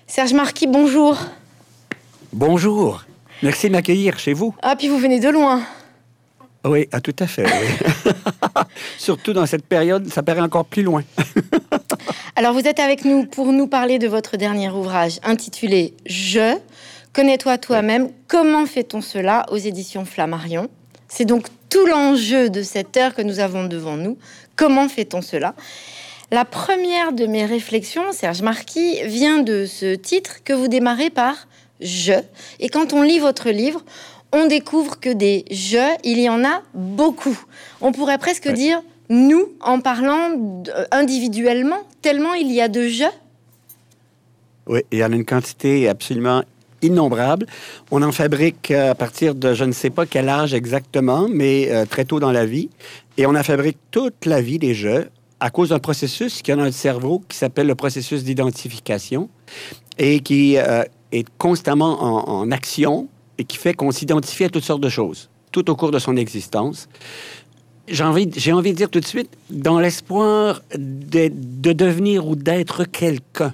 Serge Marquis, bonjour. Bonjour. Merci de m'accueillir chez vous. Ah, puis vous venez de loin. Oui, tout à fait. Oui. Surtout dans cette période, ça paraît encore plus loin. Alors, vous êtes avec nous pour nous parler de votre dernier ouvrage intitulé « Je ». Connais-toi toi-même. Comment fait-on cela aux éditions Flammarion? C'est donc tout l'enjeu de cette heure que nous avons devant nous. Comment fait-on cela? La première de mes réflexions, Serge Marquis, vient de ce titre que vous démarrez par « Je ». Et quand on lit votre livre, on découvre que des « je », il y en a beaucoup. On pourrait presque dire « nous » en parlant individuellement, tellement il y a de « je ». Oui, il y en a une quantité absolument innombrable. On en fabrique à partir de je ne sais pas quel âge exactement, mais très tôt dans la vie. Et on en fabrique toute la vie des jeux à cause d'un processus qu'il y a dans notre cerveau qui s'appelle le processus d'identification et qui est constamment en action et qui fait qu'on s'identifie à toutes sortes de choses tout au cours de son existence. J'ai envie de dire tout de suite, dans l'espoir de devenir ou d'être quelqu'un,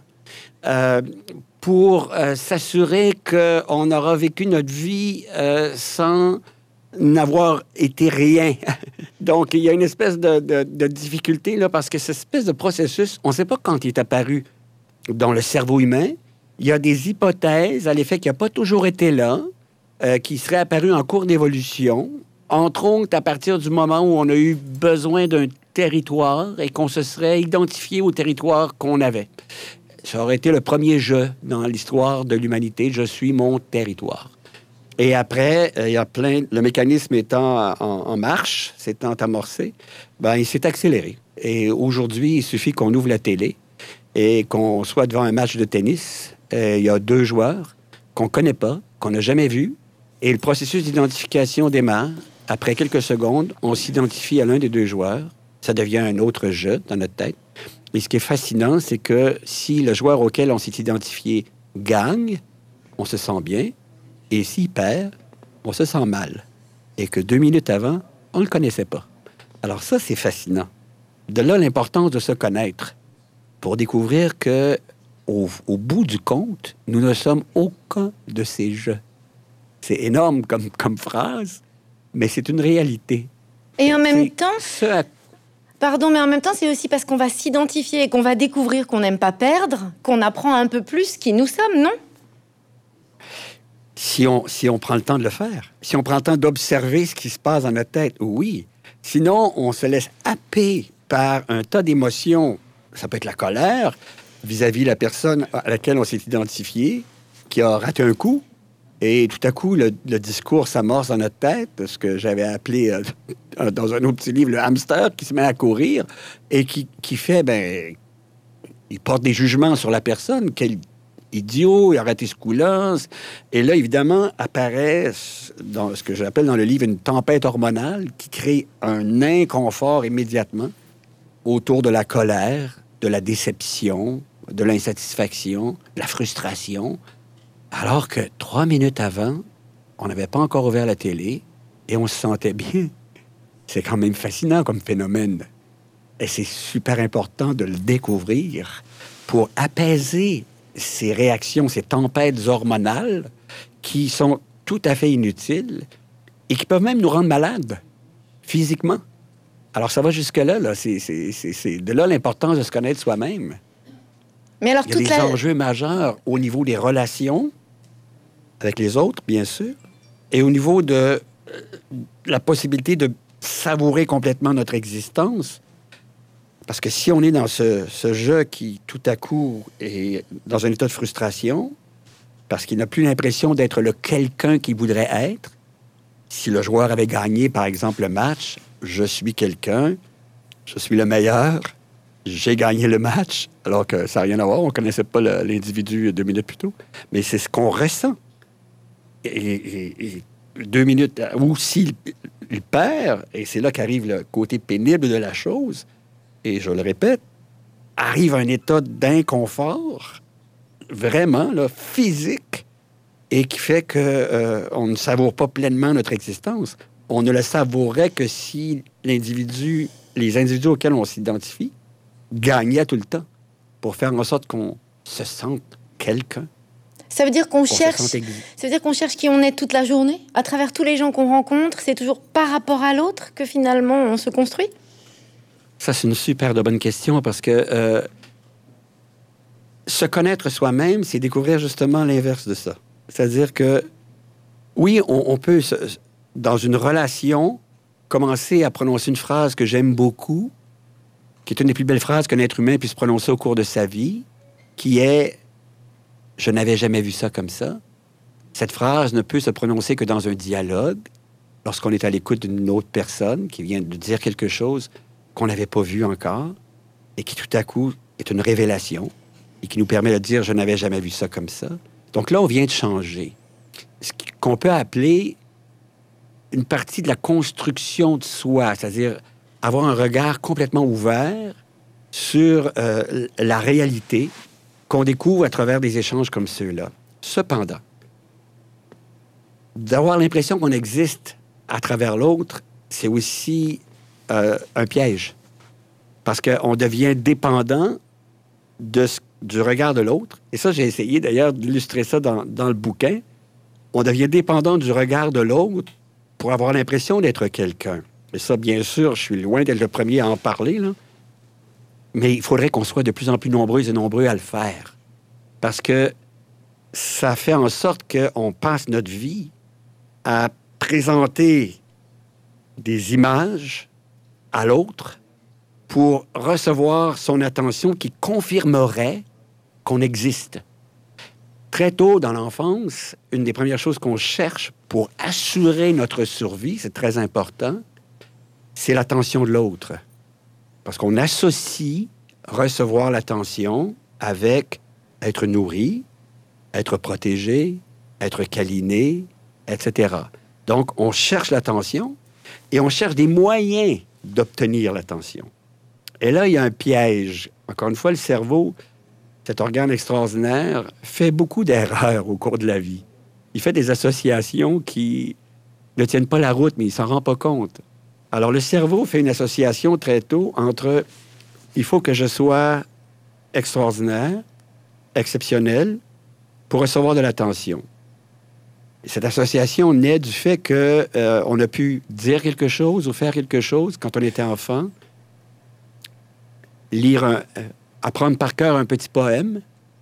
pour s'assurer qu'on aura vécu notre vie sans n'avoir été rien. Donc, il y a une espèce de difficulté, là, parce que cette espèce de processus, on ne sait pas quand il est apparu dans le cerveau humain. Il y a des hypothèses à l'effet qu'il n'a pas toujours été là, qui seraient apparues en cours d'évolution, entre autres à partir du moment où on a eu besoin d'un territoire et qu'on se serait identifié au territoire qu'on avait. Ça aurait été le premier « je » dans l'histoire de l'humanité. Je suis mon territoire. Et après, il y a le mécanisme étant en marche, s'étant amorcé, il s'est accéléré. Et aujourd'hui, il suffit qu'on ouvre la télé et qu'on soit devant un match de tennis. Il y a deux joueurs qu'on ne connaît pas, qu'on n'a jamais vus. Et le processus d'identification démarre. Après quelques secondes, on s'identifie à l'un des deux joueurs. Ça devient un autre « je » dans notre tête. Et ce qui est fascinant, c'est que si le joueur auquel on s'est identifié gagne, on se sent bien. Et s'il perd, on se sent mal. Et que 2 minutes avant, on ne le connaissait pas. Alors ça, c'est fascinant. De là, l'importance de se connaître pour découvrir que, au bout du compte, nous ne sommes aucun de ces jeux. C'est énorme comme phrase, mais c'est une réalité. Et en même temps... Pardon, mais en même temps, c'est aussi parce qu'on va s'identifier et qu'on va découvrir qu'on n'aime pas perdre, qu'on apprend un peu plus qui nous sommes, non? Si on prend le temps de le faire, si on prend le temps d'observer ce qui se passe dans notre tête, oui. Sinon, on se laisse happer par un tas d'émotions. Ça peut être la colère vis-à-vis de la personne à laquelle on s'est identifié, qui a raté un coup. Et tout à coup, le discours s'amorce dans notre tête, ce que j'avais appelé dans un autre petit livre, le hamster qui se met à courir et qui fait, il porte des jugements sur la personne. Quel idiot, il a raté ce coup-là. Et là, évidemment, apparaît, dans ce que j'appelle dans le livre, une tempête hormonale qui crée un inconfort immédiatement autour de la colère, de la déception, de l'insatisfaction, de la frustration. Alors que 3 minutes avant, on n'avait pas encore ouvert la télé et on se sentait bien. C'est quand même fascinant comme phénomène. Et c'est super important de le découvrir pour apaiser ces réactions, ces tempêtes hormonales qui sont tout à fait inutiles et qui peuvent même nous rendre malades, physiquement. Alors, ça va jusque-là, là. C'est de là l'importance de se connaître soi-même. Mais alors, il y a des enjeux majeurs au niveau des relations avec les autres, bien sûr, et au niveau de la possibilité de savourer complètement notre existence. Parce que si on est dans ce jeu qui, tout à coup, est dans un état de frustration, parce qu'il n'a plus l'impression d'être le quelqu'un qu'il voudrait être, si le joueur avait gagné, par exemple, le match, je suis quelqu'un, je suis le meilleur, j'ai gagné le match, alors que ça n'a rien à voir, on ne connaissait pas l'individu 2 minutes plus tôt, mais c'est ce qu'on ressent. Et 2 minutes, ou s'il perd, et c'est là qu'arrive le côté pénible de la chose, et je le répète, arrive un état d'inconfort, vraiment, là, physique, et qui fait qu'on ne savoure pas pleinement notre existence. On ne le savourerait que si les individus auxquels on s'identifie gagnaient tout le temps, pour faire en sorte qu'on se sente quelqu'un. Ça veut dire qu'on se cherche, sente ça veut dire qu'on cherche qui on est toute la journée, à travers tous les gens qu'on rencontre. C'est toujours par rapport à l'autre que finalement on se construit. Ça, c'est une super de bonne question parce que se connaître soi-même, c'est découvrir justement l'inverse de ça. C'est-à-dire que, oui, on peut, dans une relation, commencer à prononcer une phrase que j'aime beaucoup, qui est une des plus belles phrases qu'un être humain puisse prononcer au cours de sa vie, qui est « Je n'avais jamais vu ça comme ça ». Cette phrase ne peut se prononcer que dans un dialogue, lorsqu'on est à l'écoute d'une autre personne qui vient de dire quelque chose qu'on n'avait pas vu encore et qui, tout à coup, est une révélation et qui nous permet de dire « Je n'avais jamais vu ça comme ça ». Donc là, on vient de changer. Ce qu'on peut appeler une partie de la construction de soi, c'est-à-dire avoir un regard complètement ouvert sur la réalité qu'on découvre à travers des échanges comme ceux-là. Cependant, d'avoir l'impression qu'on existe à travers l'autre, c'est aussi un piège. Parce qu'on devient dépendant du regard de l'autre. Et ça, j'ai essayé d'ailleurs d'illustrer ça dans le bouquin. On devient dépendant du regard de l'autre pour avoir l'impression d'être quelqu'un. Et ça, bien sûr, je suis loin d'être le premier à en parler, là. Mais il faudrait qu'on soit de plus en plus nombreux et nombreux à le faire. Parce que ça fait en sorte qu'on passe notre vie à présenter des images à l'autre pour recevoir son attention qui confirmerait qu'on existe. Très tôt dans l'enfance, une des premières choses qu'on cherche pour assurer notre survie, c'est très important, c'est l'attention de l'autre. Parce qu'on associe recevoir l'attention avec être nourri, être protégé, être câliné, etc. Donc, on cherche l'attention et on cherche des moyens d'obtenir l'attention. Et là, il y a un piège. Encore une fois, le cerveau, cet organe extraordinaire, fait beaucoup d'erreurs au cours de la vie. Il fait des associations qui ne tiennent pas la route, mais il ne s'en rend pas compte. Alors, le cerveau fait une association très tôt entre « il faut que je sois extraordinaire, exceptionnel, pour recevoir de l'attention ». Cette association naît du fait qu'on a pu dire quelque chose ou faire quelque chose quand on était enfant, apprendre par cœur un petit poème,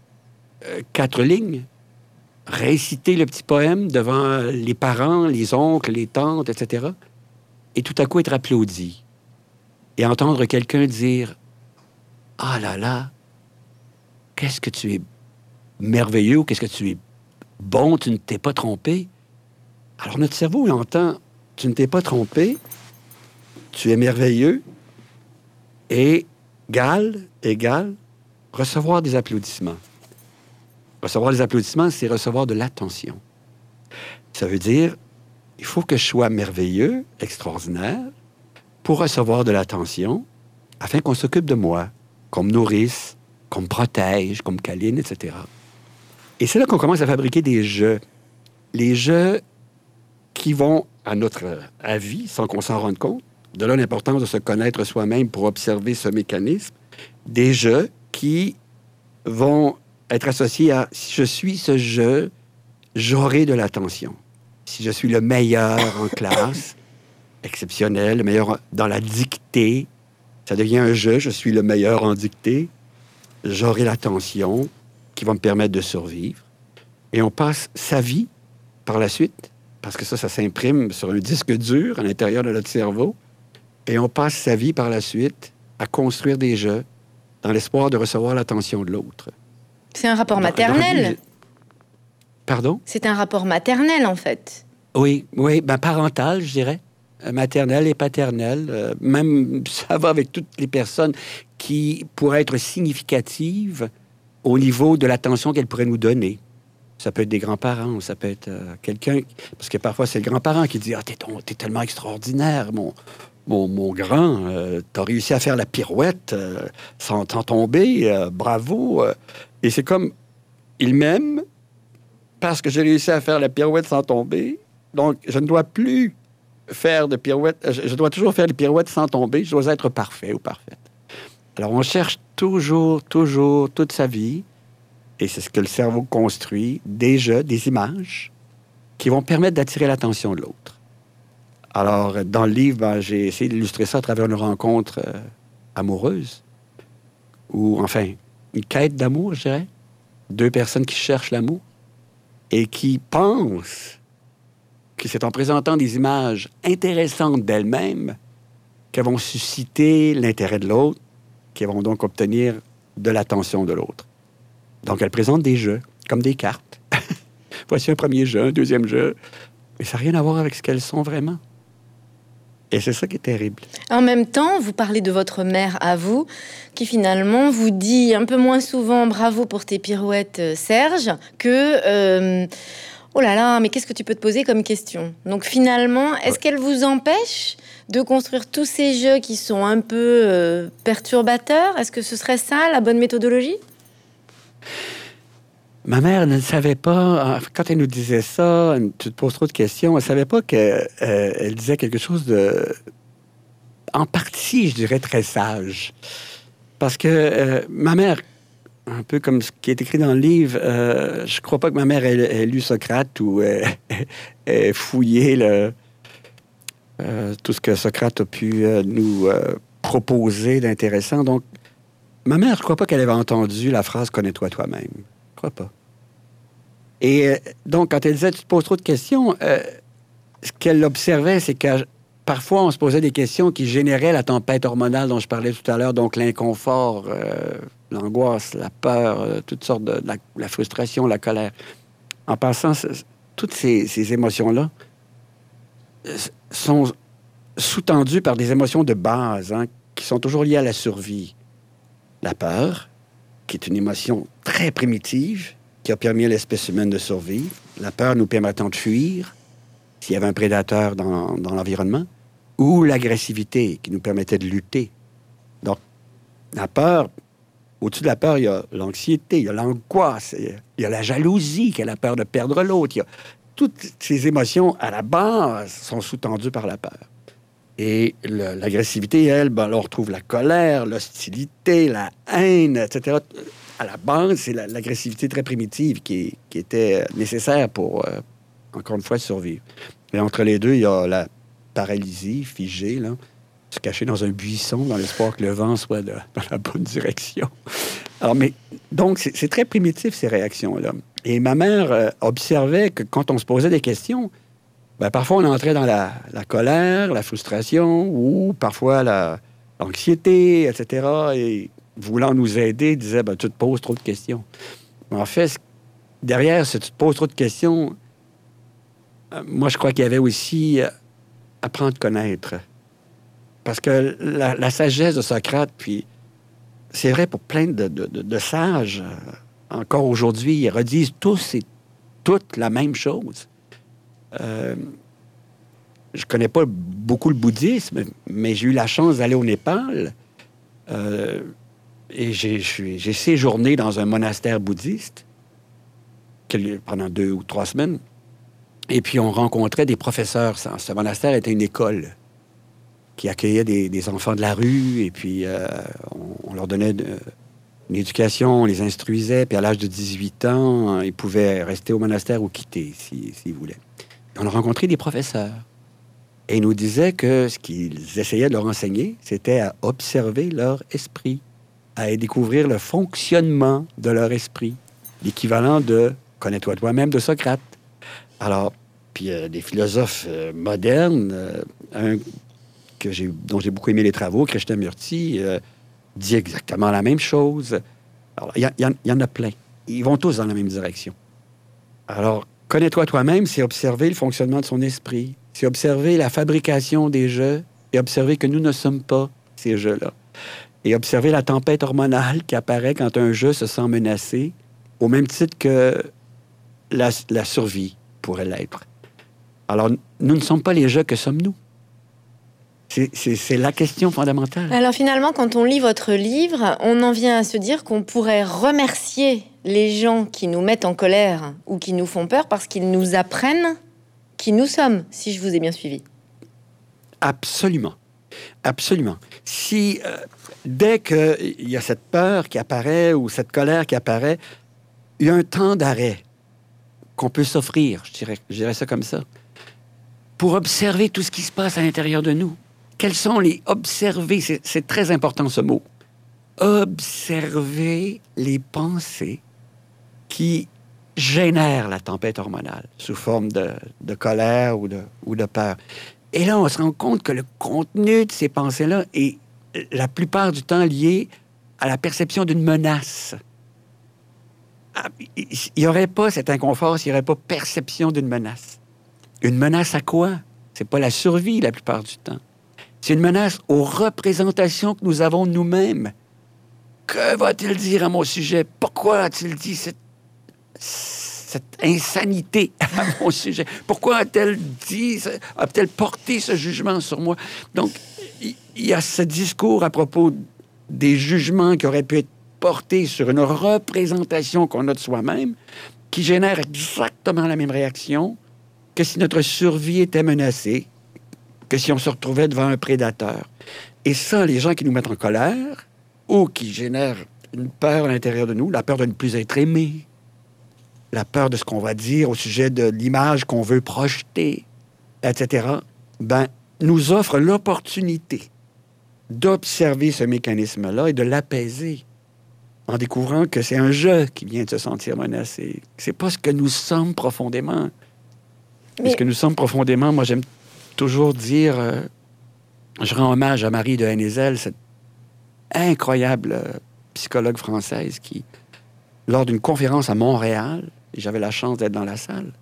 4 lignes, réciter le petit poème devant les parents, les oncles, les tantes, etc., et tout à coup être applaudi et entendre quelqu'un dire « Ah là là, qu'est-ce que tu es merveilleux ou qu'est-ce que tu es bon, tu ne t'es pas trompé. » Alors notre cerveau, il entend « Tu ne t'es pas trompé, tu es merveilleux » et égal, recevoir des applaudissements. Recevoir des applaudissements, c'est recevoir de l'attention. Ça veut dire il faut que je sois merveilleux, extraordinaire, pour recevoir de l'attention, afin qu'on s'occupe de moi, qu'on me nourrisse, qu'on me protège, qu'on me câline, etc. Et c'est là qu'on commence à fabriquer des jeux. Les jeux qui vont, à notre avis, sans qu'on s'en rende compte, de là l'importance de se connaître soi-même pour observer ce mécanisme, des jeux qui vont être associés à « si je suis ce jeu, j'aurai de l'attention ». Si je suis le meilleur en classe, exceptionnel, le meilleur dans la dictée, ça devient un jeu, je suis le meilleur en dictée, j'aurai l'attention qui va me permettre de survivre. Et on passe sa vie par la suite, parce que ça s'imprime sur un disque dur à l'intérieur de notre cerveau, et on passe sa vie par la suite à construire des jeux dans l'espoir de recevoir l'attention de l'autre. C'est un rapport maternel. Pardon? C'est un rapport maternel, en fait. Oui, parental, je dirais. Maternel et paternel. Même, ça va avec toutes les personnes qui pourraient être significatives au niveau de l'attention qu'elles pourraient nous donner. Ça peut être des grands-parents, ça peut être quelqu'un... Parce que parfois, c'est le grand-parent qui dit « Ah, t'es tellement extraordinaire, mon grand. T'as réussi à faire la pirouette sans tomber. Bravo. » Et c'est comme, il m'aime parce que j'ai réussi à faire la pirouette sans tomber. Donc, je ne dois plus faire de pirouette. Je dois toujours faire les pirouettes sans tomber. Je dois être parfait ou parfaite. Alors, on cherche toujours, toute sa vie. et c'est ce que le cerveau construit, des jeux, des images qui vont permettre d'attirer l'attention de l'autre. Alors, dans le livre, j'ai essayé d'illustrer ça à travers une rencontre amoureuse, ou enfin, une quête d'amour, je dirais. Deux personnes qui cherchent l'amour et qui pensent que c'est en présentant des images intéressantes d'elles-mêmes qu'elles vont susciter l'intérêt de l'autre, qu'elles vont donc obtenir de l'attention de l'autre. Donc, elles présentent des jeux, comme des cartes. Voici un premier jeu, un deuxième jeu. Mais ça n'a rien à voir avec ce qu'elles sont vraiment. Et c'est ça qui est terrible. En même temps, vous parlez de votre mère à vous, qui finalement vous dit un peu moins souvent « bravo pour tes pirouettes, Serge », que « oh là là, mais qu'est-ce que tu peux te poser comme question ?» Donc finalement, est-ce qu'elle vous empêche de construire tous ces jeux qui sont un peu perturbateurs? Est-ce que ce serait ça, la bonne méthodologie? Ma mère ne savait pas, quand elle nous disait ça, tu te poses trop de questions, elle ne savait pas qu'elle disait quelque chose de, en partie, je dirais, très sage. Parce que ma mère, un peu comme ce qui est écrit dans le livre, je ne crois pas que ma mère ait lu Socrate ou ait fouillé tout ce que Socrate a pu nous proposer d'intéressant. Donc, ma mère, je ne crois pas qu'elle avait entendu la phrase « Connais-toi toi-même ». Je crois pas. Et donc, quand elle disait « tu te poses trop de questions », ce qu'elle observait, c'est que parfois, on se posait des questions qui généraient la tempête hormonale dont je parlais tout à l'heure, donc l'inconfort, l'angoisse, la peur, toutes sortes de la frustration, la colère. En passant, toutes ces émotions-là sont sous-tendues par des émotions de base, hein, qui sont toujours liées à la survie. La peur, qui est une émotion très primitive, qui a permis à l'espèce humaine de survivre. La peur nous permettant de fuir, s'il y avait un prédateur dans l'environnement, ou l'agressivité, qui nous permettait de lutter. Donc, la peur, au-dessus de la peur, il y a l'anxiété, il y a l'angoisse, il y a la jalousie, qui a la peur de perdre l'autre. Toutes ces émotions, à la base, sont sous-tendues par la peur. Et l'agressivité, elle, on retrouve la colère, l'hostilité, la haine, etc. À la base, c'est l'agressivité très primitive qui était nécessaire pour, encore une fois, survivre. Et entre les deux, il y a la paralysie figée, là, se cacher dans un buisson dans l'espoir que le vent soit dans la bonne direction. Alors, donc, c'est très primitif, ces réactions-là. Et ma mère observait que quand on se posait des questions, parfois, on entrait dans la colère, la frustration, ou parfois l'anxiété, etc. Et voulant nous aider, disait, tu te poses trop de questions. Mais en fait, derrière, si tu te poses trop de questions, moi, je crois qu'il y avait aussi apprendre à connaître. Parce que la sagesse de Socrate, puis c'est vrai pour plein de sages, encore aujourd'hui, ils redisent tous et toutes la même chose. Je connais pas beaucoup le bouddhisme, mais j'ai eu la chance d'aller au Népal et j'ai séjourné dans un monastère bouddhiste pendant 2 ou 3 semaines. Et puis, on rencontrait des professeurs. Ce monastère était une école qui accueillait des enfants de la rue, et puis on leur donnait une éducation, on les instruisait, puis à l'âge de 18 ans, ils pouvaient rester au monastère ou quitter s'ils voulaient. On a rencontré des professeurs. Et ils nous disaient que ce qu'ils essayaient de leur enseigner, c'était à observer leur esprit, à découvrir le fonctionnement de leur esprit, l'équivalent de « connais-toi toi-même » de Socrate. Alors, puis des philosophes modernes, un dont j'ai beaucoup aimé les travaux, Krishnamurti, dit exactement la même chose. Alors, il y en a plein. Ils vont tous dans la même direction. Alors, connais-toi toi-même, c'est observer le fonctionnement de son esprit. C'est observer la fabrication des jeux et observer que nous ne sommes pas ces jeux-là. Et observer la tempête hormonale qui apparaît quand un jeu se sent menacé, au même titre que la survie pourrait l'être. Alors, nous ne sommes pas les jeux, que sommes-nous? C'est la question fondamentale. Alors finalement, quand on lit votre livre, on en vient à se dire qu'on pourrait remercier les gens qui nous mettent en colère ou qui nous font peur parce qu'ils nous apprennent qui nous sommes, si je vous ai bien suivi. Absolument. Absolument. Dès qu'il y a cette peur qui apparaît ou cette colère qui apparaît, il y a un temps d'arrêt qu'on peut s'offrir, je dirais ça comme ça, pour observer tout ce qui se passe à l'intérieur de nous. Quels sont les... Observer, c'est très important ce mot. Observer les pensées qui génèrent la tempête hormonale sous forme de colère ou de peur. Et là, on se rend compte que le contenu de ces pensées-là est la plupart du temps lié à la perception d'une menace. Il n'y aurait pas cet inconfort s'il n'y aurait pas perception d'une menace. Une menace à quoi? C'est pas la survie la plupart du temps. C'est une menace aux représentations que nous avons de nous-mêmes. Que va-t-il dire à mon sujet? Pourquoi a-t-il dit cette insanité à mon sujet? Pourquoi a-t-elle porté ce jugement sur moi? Donc, il y a ce discours à propos des jugements qui auraient pu être portés sur une représentation qu'on a de soi-même qui génère exactement la même réaction que si notre survie était menacée, que si on se retrouvait devant un prédateur. Et ça, les gens qui nous mettent en colère ou qui génèrent une peur à l'intérieur de nous, la peur de ne plus être aimé, la peur de ce qu'on va dire au sujet de l'image qu'on veut projeter, etc., nous offrent l'opportunité d'observer ce mécanisme-là et de l'apaiser en découvrant que c'est un jeu qui vient de se sentir menacé. C'est pas ce que nous sommes profondément. Mais ce que nous sommes profondément, moi, j'aime toujours dire, je rends hommage à Marie de Hennezel, cette incroyable psychologue française qui, lors d'une conférence à Montréal, et j'avais la chance d'être dans la salle,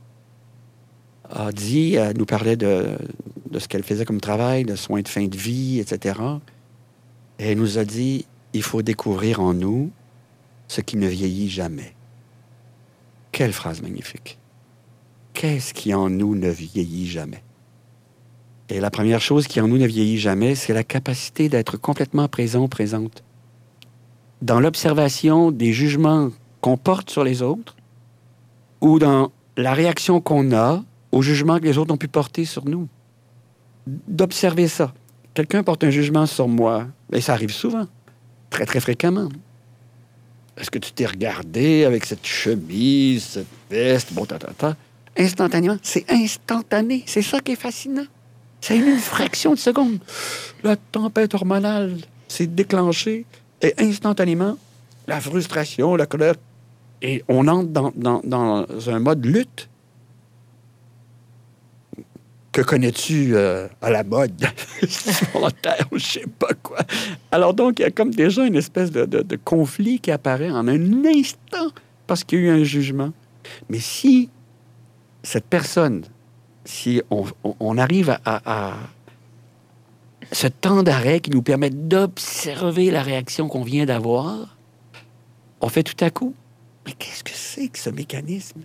a dit, elle nous parlait de ce qu'elle faisait comme travail, de soins de fin de vie, etc. Et elle nous a dit, il faut découvrir en nous ce qui ne vieillit jamais. Quelle phrase magnifique. Qu'est-ce qui en nous ne vieillit jamais? Et la première chose qui en nous ne vieillit jamais, c'est la capacité d'être complètement présent ou présente. Dans l'observation des jugements qu'on porte sur les autres ou dans la réaction qu'on a aux jugements que les autres ont pu porter sur nous. D'observer ça. Quelqu'un porte un jugement sur moi, et ça arrive souvent, très, très fréquemment. Est-ce que tu t'es regardé avec cette chemise, cette veste, instantanément, c'est instantané. C'est ça qui est fascinant. C'est une fraction de seconde. La tempête hormonale s'est déclenchée et instantanément, la frustration, la colère, et on entre dans un mode lutte. Que connais-tu à la mode sur Terre ou je sais pas quoi? Alors donc, il y a comme déjà une espèce de conflit qui apparaît en un instant parce qu'il y a eu un jugement. Mais si cette personne, si on arrive à ce temps d'arrêt qui nous permet d'observer la réaction qu'on vient d'avoir, on fait tout à coup, mais qu'est-ce que c'est que ce mécanisme?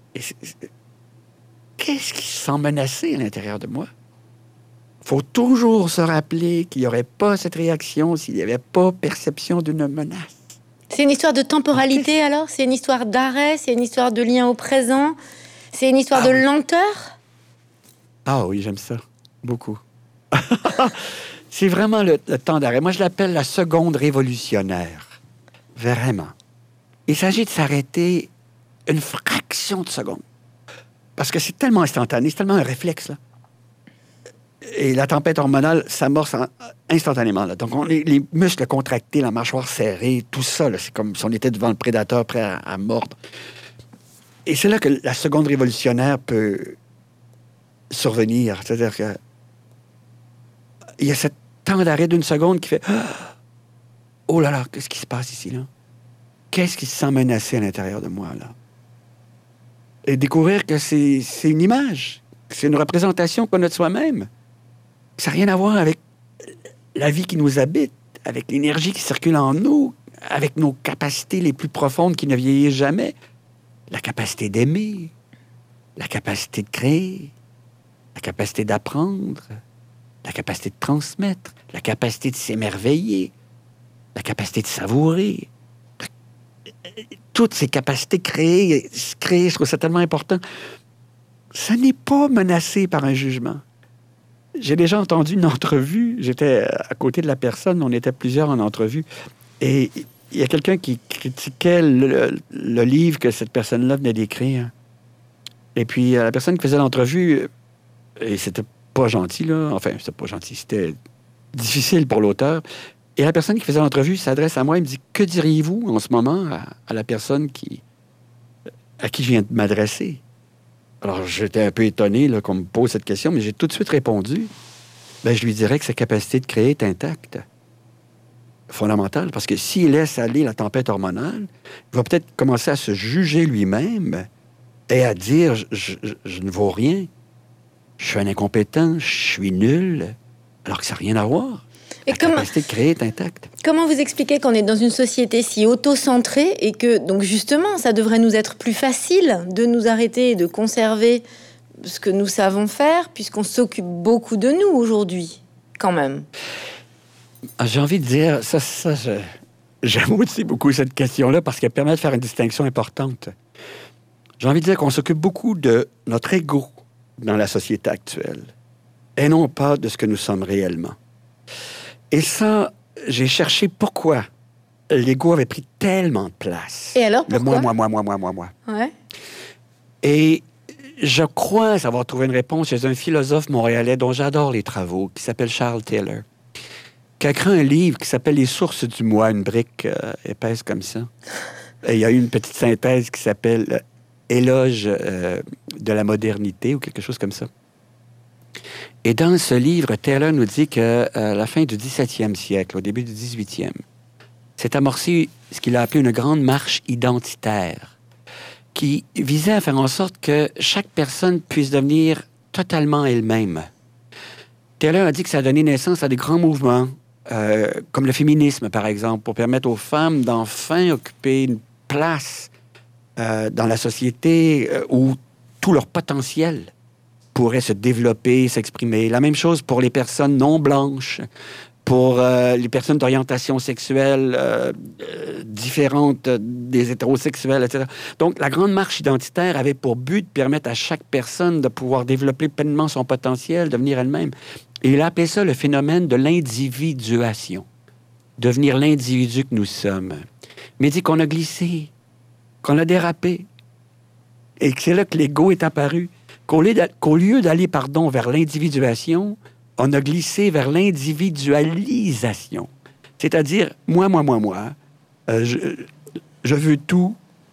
Qu'est-ce qui se sent menacé à l'intérieur de moi? Il faut toujours se rappeler qu'il n'y aurait pas cette réaction s'il n'y avait pas perception d'une menace. C'est une histoire de temporalité alors? C'est une histoire d'arrêt? C'est une histoire de lien au présent? C'est une histoire de lenteur? Ah oui, j'aime ça. Beaucoup. C'est vraiment le temps d'arrêt. Moi, je l'appelle la seconde révolutionnaire. Vraiment. Il s'agit de s'arrêter une fraction de seconde. Parce que c'est tellement instantané, c'est tellement un réflexe, là. Et la tempête hormonale s'amorce instantanément, là. Donc, les muscles contractés, la mâchoire serrée, tout ça, là, c'est comme si on était devant le prédateur prêt à mordre. Et c'est là que la seconde révolutionnaire peut survenir. C'est-à-dire que il y a ce temps d'arrêt d'une seconde qui fait « Oh là là, qu'est-ce qui se passe ici, là? Qu'est-ce qui se sent menacé à l'intérieur de moi, là? » Et découvrir que c'est une image, que c'est une représentation qu'on a de soi-même. Ça n'a rien à voir avec la vie qui nous habite, avec l'énergie qui circule en nous, avec nos capacités les plus profondes qui ne vieillissent jamais. La capacité d'aimer, la capacité de créer, la capacité d'apprendre, la capacité de transmettre, la capacité de s'émerveiller, la capacité de savourer. Toutes ces capacités créées, je trouve ça tellement important. Ça n'est pas menacé par un jugement. J'ai déjà entendu une entrevue, j'étais à côté de la personne, on était plusieurs en entrevue, et il y a quelqu'un qui critiquait le livre que cette personne-là venait d'écrire. Et puis, la personne qui faisait l'entrevue, et c'était pas gentil, là. Enfin, c'était pas gentil, c'était difficile pour l'auteur. Et la personne qui faisait l'entrevue s'adresse à moi et me dit, que diriez-vous en ce moment à la personne à qui je viens de m'adresser? Alors, j'étais un peu étonné là, qu'on me pose cette question, mais j'ai tout de suite répondu. Ben, je lui dirais que sa capacité de créer est intacte. Fondamentale, parce que s'il laisse aller la tempête hormonale, il va peut-être commencer à se juger lui-même et à dire je ne vaux rien, je suis un incompétent, je suis nul, alors que ça n'a rien à voir. La capacité de créer est intacte. Comment vous expliquez qu'on est dans une société si auto-centrée et que, donc justement, ça devrait nous être plus facile de nous arrêter et de conserver ce que nous savons faire, puisqu'on s'occupe beaucoup de nous aujourd'hui, quand même? J'ai envie de dire, j'aime aussi beaucoup cette question-là parce qu'elle permet de faire une distinction importante. J'ai envie de dire qu'on s'occupe beaucoup de notre ego dans la société actuelle et non pas de ce que nous sommes réellement. Et ça, j'ai cherché pourquoi l'ego avait pris tellement de place. Et alors, pourquoi? Le moi. Ouais. Et je crois avoir trouvé une réponse chez un philosophe montréalais dont j'adore les travaux, qui s'appelle Charles Taylor, qui a écrit un livre qui s'appelle « Les sources du moi », une brique épaisse comme ça. Et il y a eu une petite synthèse qui s'appelle « Éloge de la modernité » ou quelque chose comme ça. Et dans ce livre, Taylor nous dit qu'à la fin du 17e siècle, au début du 18e, s'est amorcé ce qu'il a appelé une grande marche identitaire qui visait à faire en sorte que chaque personne puisse devenir totalement elle-même. Taylor a dit que ça a donné naissance à des grands mouvements, comme le féminisme, par exemple, pour permettre aux femmes d'enfin occuper une place dans la société où tout leur potentiel pourrait se développer, s'exprimer. La même chose pour les personnes non blanches, pour les personnes d'orientation sexuelle différentes des hétérosexuels, etc. Donc, la grande marche identitaire avait pour but de permettre à chaque personne de pouvoir développer pleinement son potentiel, devenir elle-même. Et il a appelé ça le phénomène de l'individuation. Devenir l'individu que nous sommes. Mais il dit qu'on a glissé, qu'on a dérapé. Et que c'est là que l'ego est apparu. Qu'au lieu d'aller, vers l'individuation, on a glissé vers l'individualisation. C'est-à-dire, moi. Je veux tout.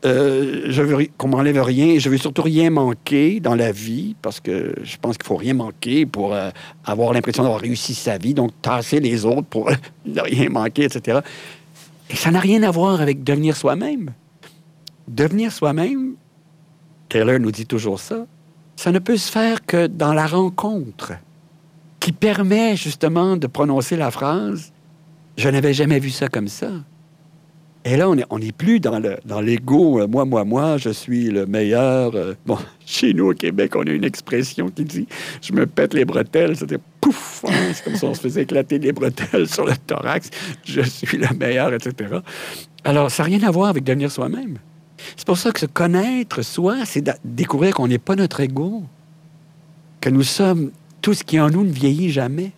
Je veux qu'on m'enlève rien et je veux surtout rien manquer dans la vie parce que je pense qu'il faut rien manquer pour avoir l'impression d'avoir réussi sa vie, donc tasser les autres pour ne rien manquer, etc. Et ça n'a rien à voir avec devenir soi-même. Devenir soi-même, Taylor nous dit toujours ça, ça ne peut se faire que dans la rencontre qui permet justement de prononcer la phrase « Je n'avais jamais vu ça comme ça ». Et là, on n'est plus dans l'ego, moi, je suis le meilleur. Bon, chez nous, au Québec, on a une expression qui dit « je me pète les bretelles ». C'était pouf, hein, c'est comme si on se faisait éclater les bretelles sur le thorax. Je suis le meilleur, etc. Alors, ça n'a rien à voir avec devenir soi-même. C'est pour ça que se connaître soi, c'est découvrir qu'on n'est pas notre ego, que nous sommes, tout ce qui en nous ne vieillit jamais.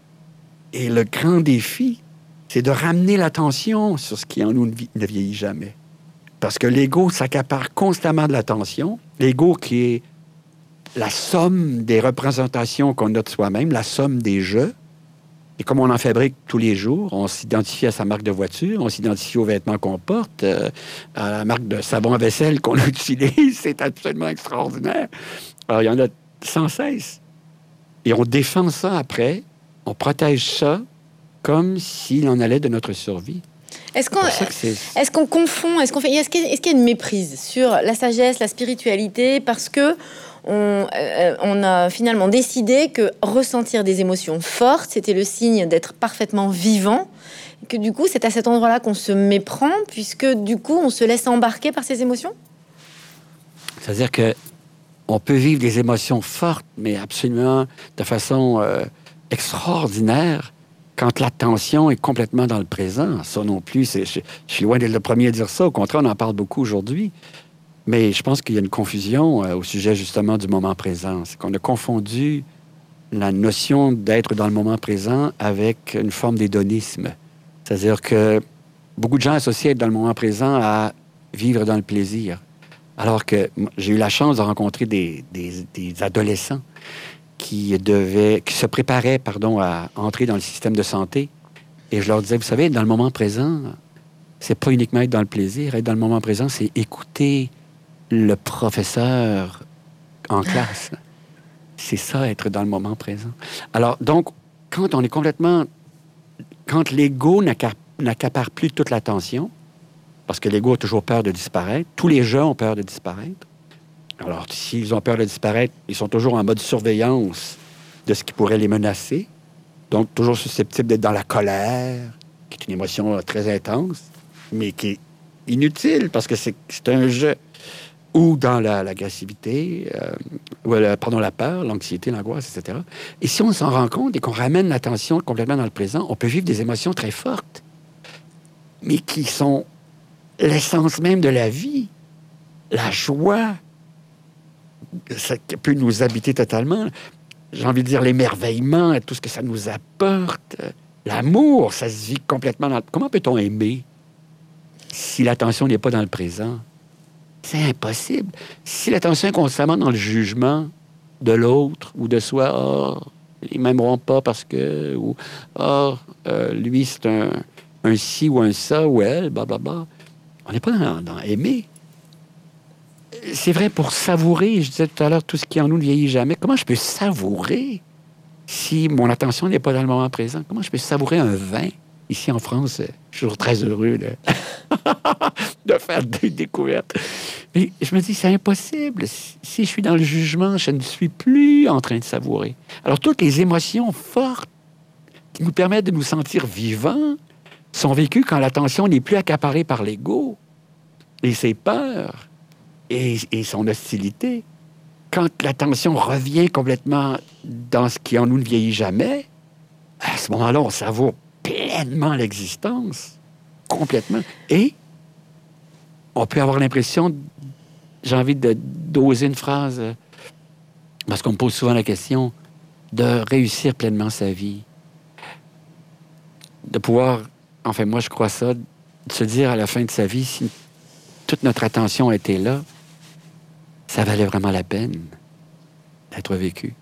Et le grand défi, c'est de ramener l'attention sur ce qui en nous ne vieillit jamais. Parce que l'ego s'accapare constamment de l'attention. L'ego qui est la somme des représentations qu'on a de soi-même, la somme des jeux. Et comme on en fabrique tous les jours, on s'identifie à sa marque de voiture, on s'identifie aux vêtements qu'on porte, à la marque de savon à vaisselle qu'on utilise. C'est absolument extraordinaire. Alors, il y en a sans cesse. Et on défend ça après, on protège ça, comme s'il en allait de notre survie. Est-ce qu'on confond, est-ce qu'il y a une méprise sur la sagesse, la spiritualité, parce que on a finalement décidé que ressentir des émotions fortes, c'était le signe d'être parfaitement vivant, et que du coup, c'est à cet endroit-là qu'on se méprend, puisque du coup, on se laisse embarquer par ces émotions? C'est-à-dire que on peut vivre des émotions fortes, mais absolument de façon extraordinaire, quand l'attention est complètement dans le présent. Ça non plus, je suis loin d'être le premier à dire ça. Au contraire, on en parle beaucoup aujourd'hui. Mais je pense qu'il y a une confusion au sujet justement du moment présent. C'est qu'on a confondu la notion d'être dans le moment présent avec une forme d'hédonisme. C'est-à-dire que beaucoup de gens associent être dans le moment présent à vivre dans le plaisir. Alors que j'ai eu la chance de rencontrer des adolescents qui se préparaient, à entrer dans le système de santé. Et je leur disais, vous savez, être dans le moment présent, c'est pas uniquement être dans le plaisir. Être dans le moment présent, c'est écouter le professeur en classe. C'est ça, être dans le moment présent. Alors, donc, quand on est complètement... Quand l'ego n'accapare plus toute l'attention, parce que l'ego a toujours peur de disparaître, tous les jeux ont peur de disparaître. Alors, s'ils ont peur de disparaître, ils sont toujours en mode surveillance de ce qui pourrait les menacer. Donc, toujours susceptibles d'être dans la colère, qui est une émotion très intense, mais qui est inutile parce que c'est un jeu. Ou dans l'agressivité, la peur, l'anxiété, l'angoisse, etc. Et si on s'en rend compte et qu'on ramène l'attention complètement dans le présent, on peut vivre des émotions très fortes, mais qui sont l'essence même de la vie. La joie, ça peut nous habiter totalement. J'ai envie de dire l'émerveillement, tout ce que ça nous apporte. L'amour, ça se vit complètement dans... Comment peut-on aimer si l'attention n'est pas dans le présent? C'est impossible. Si l'attention est constamment dans le jugement de l'autre ou de soi, ils m'aimeront pas parce que... Ou, lui, c'est un ci ou un ça ou elle, blablabla. On n'est pas dans aimer. C'est vrai pour savourer. Je disais tout à l'heure, tout ce qui en nous ne vieillit jamais. Comment je peux savourer si mon attention n'est pas dans le moment présent? Comment je peux savourer un vin? Ici, en France, je suis toujours très heureux de faire des découvertes. Mais je me dis, c'est impossible. Si je suis dans le jugement, je ne suis plus en train de savourer. Alors, toutes les émotions fortes qui nous permettent de nous sentir vivants sont vécues quand l'attention n'est plus accaparée par l'ego et ses peurs et son hostilité. Quand l'attention revient complètement dans ce qui en nous ne vieillit jamais, à ce moment-là, on savoure pleinement l'existence, complètement. Et on peut avoir l'impression, j'ai envie d'oser une phrase, parce qu'on me pose souvent la question, de réussir pleinement sa vie. De pouvoir, enfin moi je crois ça, de se dire à la fin de sa vie, si toute notre attention était là, ça valait vraiment la peine d'être vécu.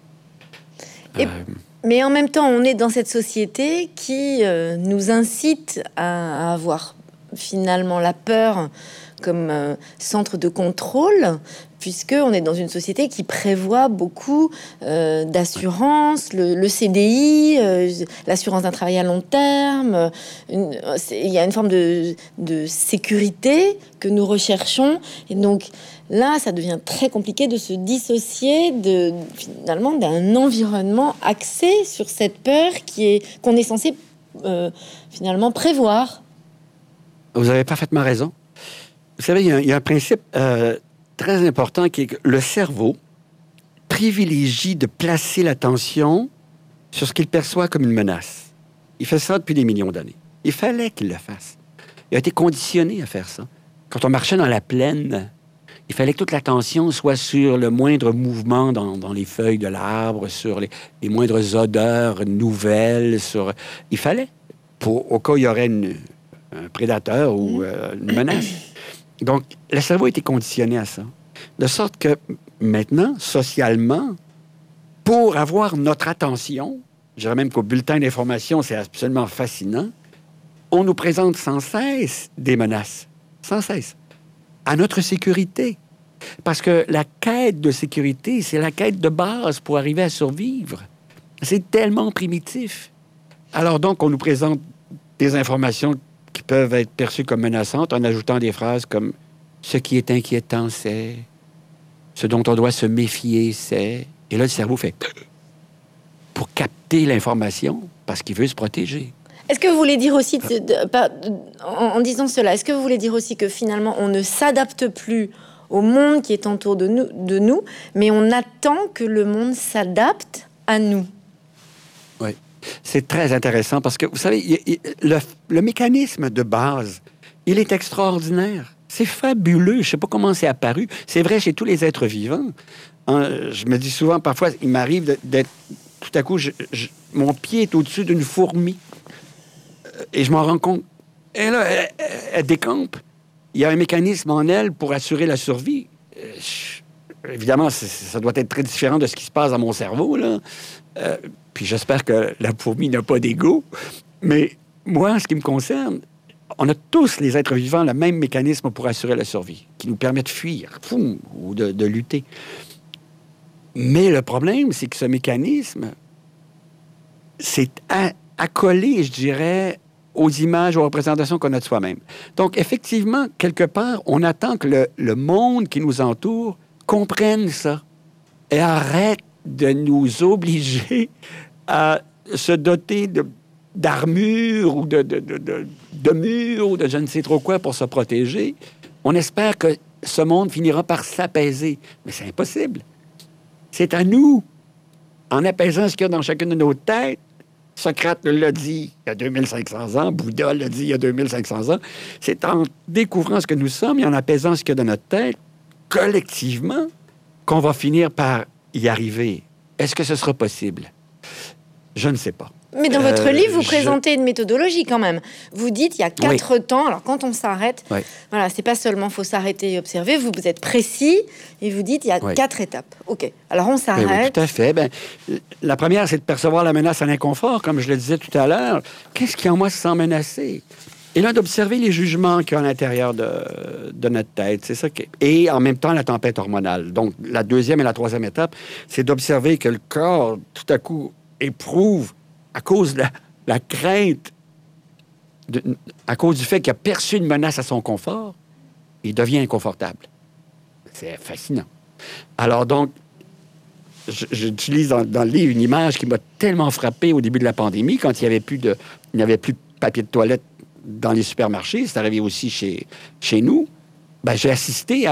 Mais en même temps, on est dans cette société qui nous incite à avoir finalement la peur comme centre de contrôle, puisqu'on est dans une société qui prévoit beaucoup d'assurance, le CDI, l'assurance d'un travail à long terme. Il y a une forme de sécurité que nous recherchons. Et donc là, ça devient très compliqué de se dissocier finalement d'un environnement axé sur cette peur qu'on est censé finalement prévoir. Vous avez parfaitement raison. Vous savez, il y a un principe très important qui est que le cerveau privilégie de placer l'attention sur ce qu'il perçoit comme une menace. Il fait ça depuis des millions d'années. Il fallait qu'il le fasse. Il a été conditionné à faire ça. Quand on marchait dans la plaine, il fallait que toute l'attention soit sur le moindre mouvement dans les feuilles de l'arbre, sur les moindres odeurs nouvelles. Il fallait, au cas où il y aurait un prédateur ou une menace. Donc, le cerveau a été conditionné à ça. De sorte que maintenant, socialement, pour avoir notre attention, je dirais même qu'au bulletin d'information, c'est absolument fascinant, on nous présente sans cesse des menaces. Sans cesse. À notre sécurité. Parce que la quête de sécurité, c'est la quête de base pour arriver à survivre. C'est tellement primitif. Alors donc, on nous présente des informations qui peuvent être perçues comme menaçantes en ajoutant des phrases comme « ce qui est inquiétant, c'est... ce dont on doit se méfier, c'est... » Et là, le cerveau fait « pour capter l'information parce qu'il veut se protéger. » Est-ce que vous voulez dire aussi, en disant cela, est-ce que vous voulez dire aussi que finalement, on ne s'adapte plus au monde qui est autour de nous, mais on attend que le monde s'adapte à nous? Oui. C'est très intéressant parce que, vous savez, le mécanisme de base, il est extraordinaire. C'est fabuleux. Je ne sais pas comment c'est apparu. C'est vrai chez tous les êtres vivants. Je me dis souvent, parfois, il m'arrive d'être... Tout à coup, mon pied est au-dessus d'une fourmi. Et je m'en rends compte Et là, elle décampe. Il y a un mécanisme en elle pour assurer la survie. Évidemment, ça doit être très différent de ce qui se passe dans mon cerveau, là. Puis j'espère que la fourmi n'a pas d'ego. Mais moi, en ce qui me concerne, on a tous, les êtres vivants, le même mécanisme pour assurer la survie, qui nous permet de fuir, ou de lutter. Mais le problème, c'est que ce mécanisme, c'est accolé, je dirais, aux images, aux représentations qu'on a de soi-même. Donc, effectivement, quelque part, on attend que le monde qui nous entoure comprenne ça et arrête de nous obliger à se doter d'armure ou de murs ou de je ne sais trop quoi pour se protéger. On espère que ce monde finira par s'apaiser. Mais c'est impossible. C'est à nous, en apaisant ce qu'il y a dans chacune de nos têtes. Socrate l'a dit il y a 2500 ans, Bouddha l'a dit il y a 2500 ans. C'est en découvrant ce que nous sommes et en apaisant ce qu'il y a dans notre tête, collectivement, qu'on va finir par y arriver. Est-ce que ce sera possible? Je ne sais pas. Mais dans votre livre, vous présentez une méthodologie quand même. Vous dites il y a 4 temps. Alors quand on s'arrête, voilà, c'est pas seulement faut s'arrêter et observer. Vous êtes précis et vous dites il y a 4 étapes. Ok. Alors on s'arrête. Oui, tout à fait. La première, c'est de percevoir la menace à l'inconfort, comme je le disais tout à l'heure. Qu'est-ce qui en moi se sent menacé? Et là, d'observer les jugements qu'il y a à l'intérieur de notre tête. C'est ça. Et en même temps, la tempête hormonale. Donc, la deuxième et la troisième étape, c'est d'observer que le corps, tout à coup, éprouve, à cause de la crainte, à cause du fait qu'il a perçu une menace à son confort, il devient inconfortable. C'est fascinant. Alors donc, j'utilise dans le livre une image qui m'a tellement frappé au début de la pandémie, quand il n'y avait plus de papier de toilette dans les supermarchés. C'est arrivé aussi chez nous. J'ai assisté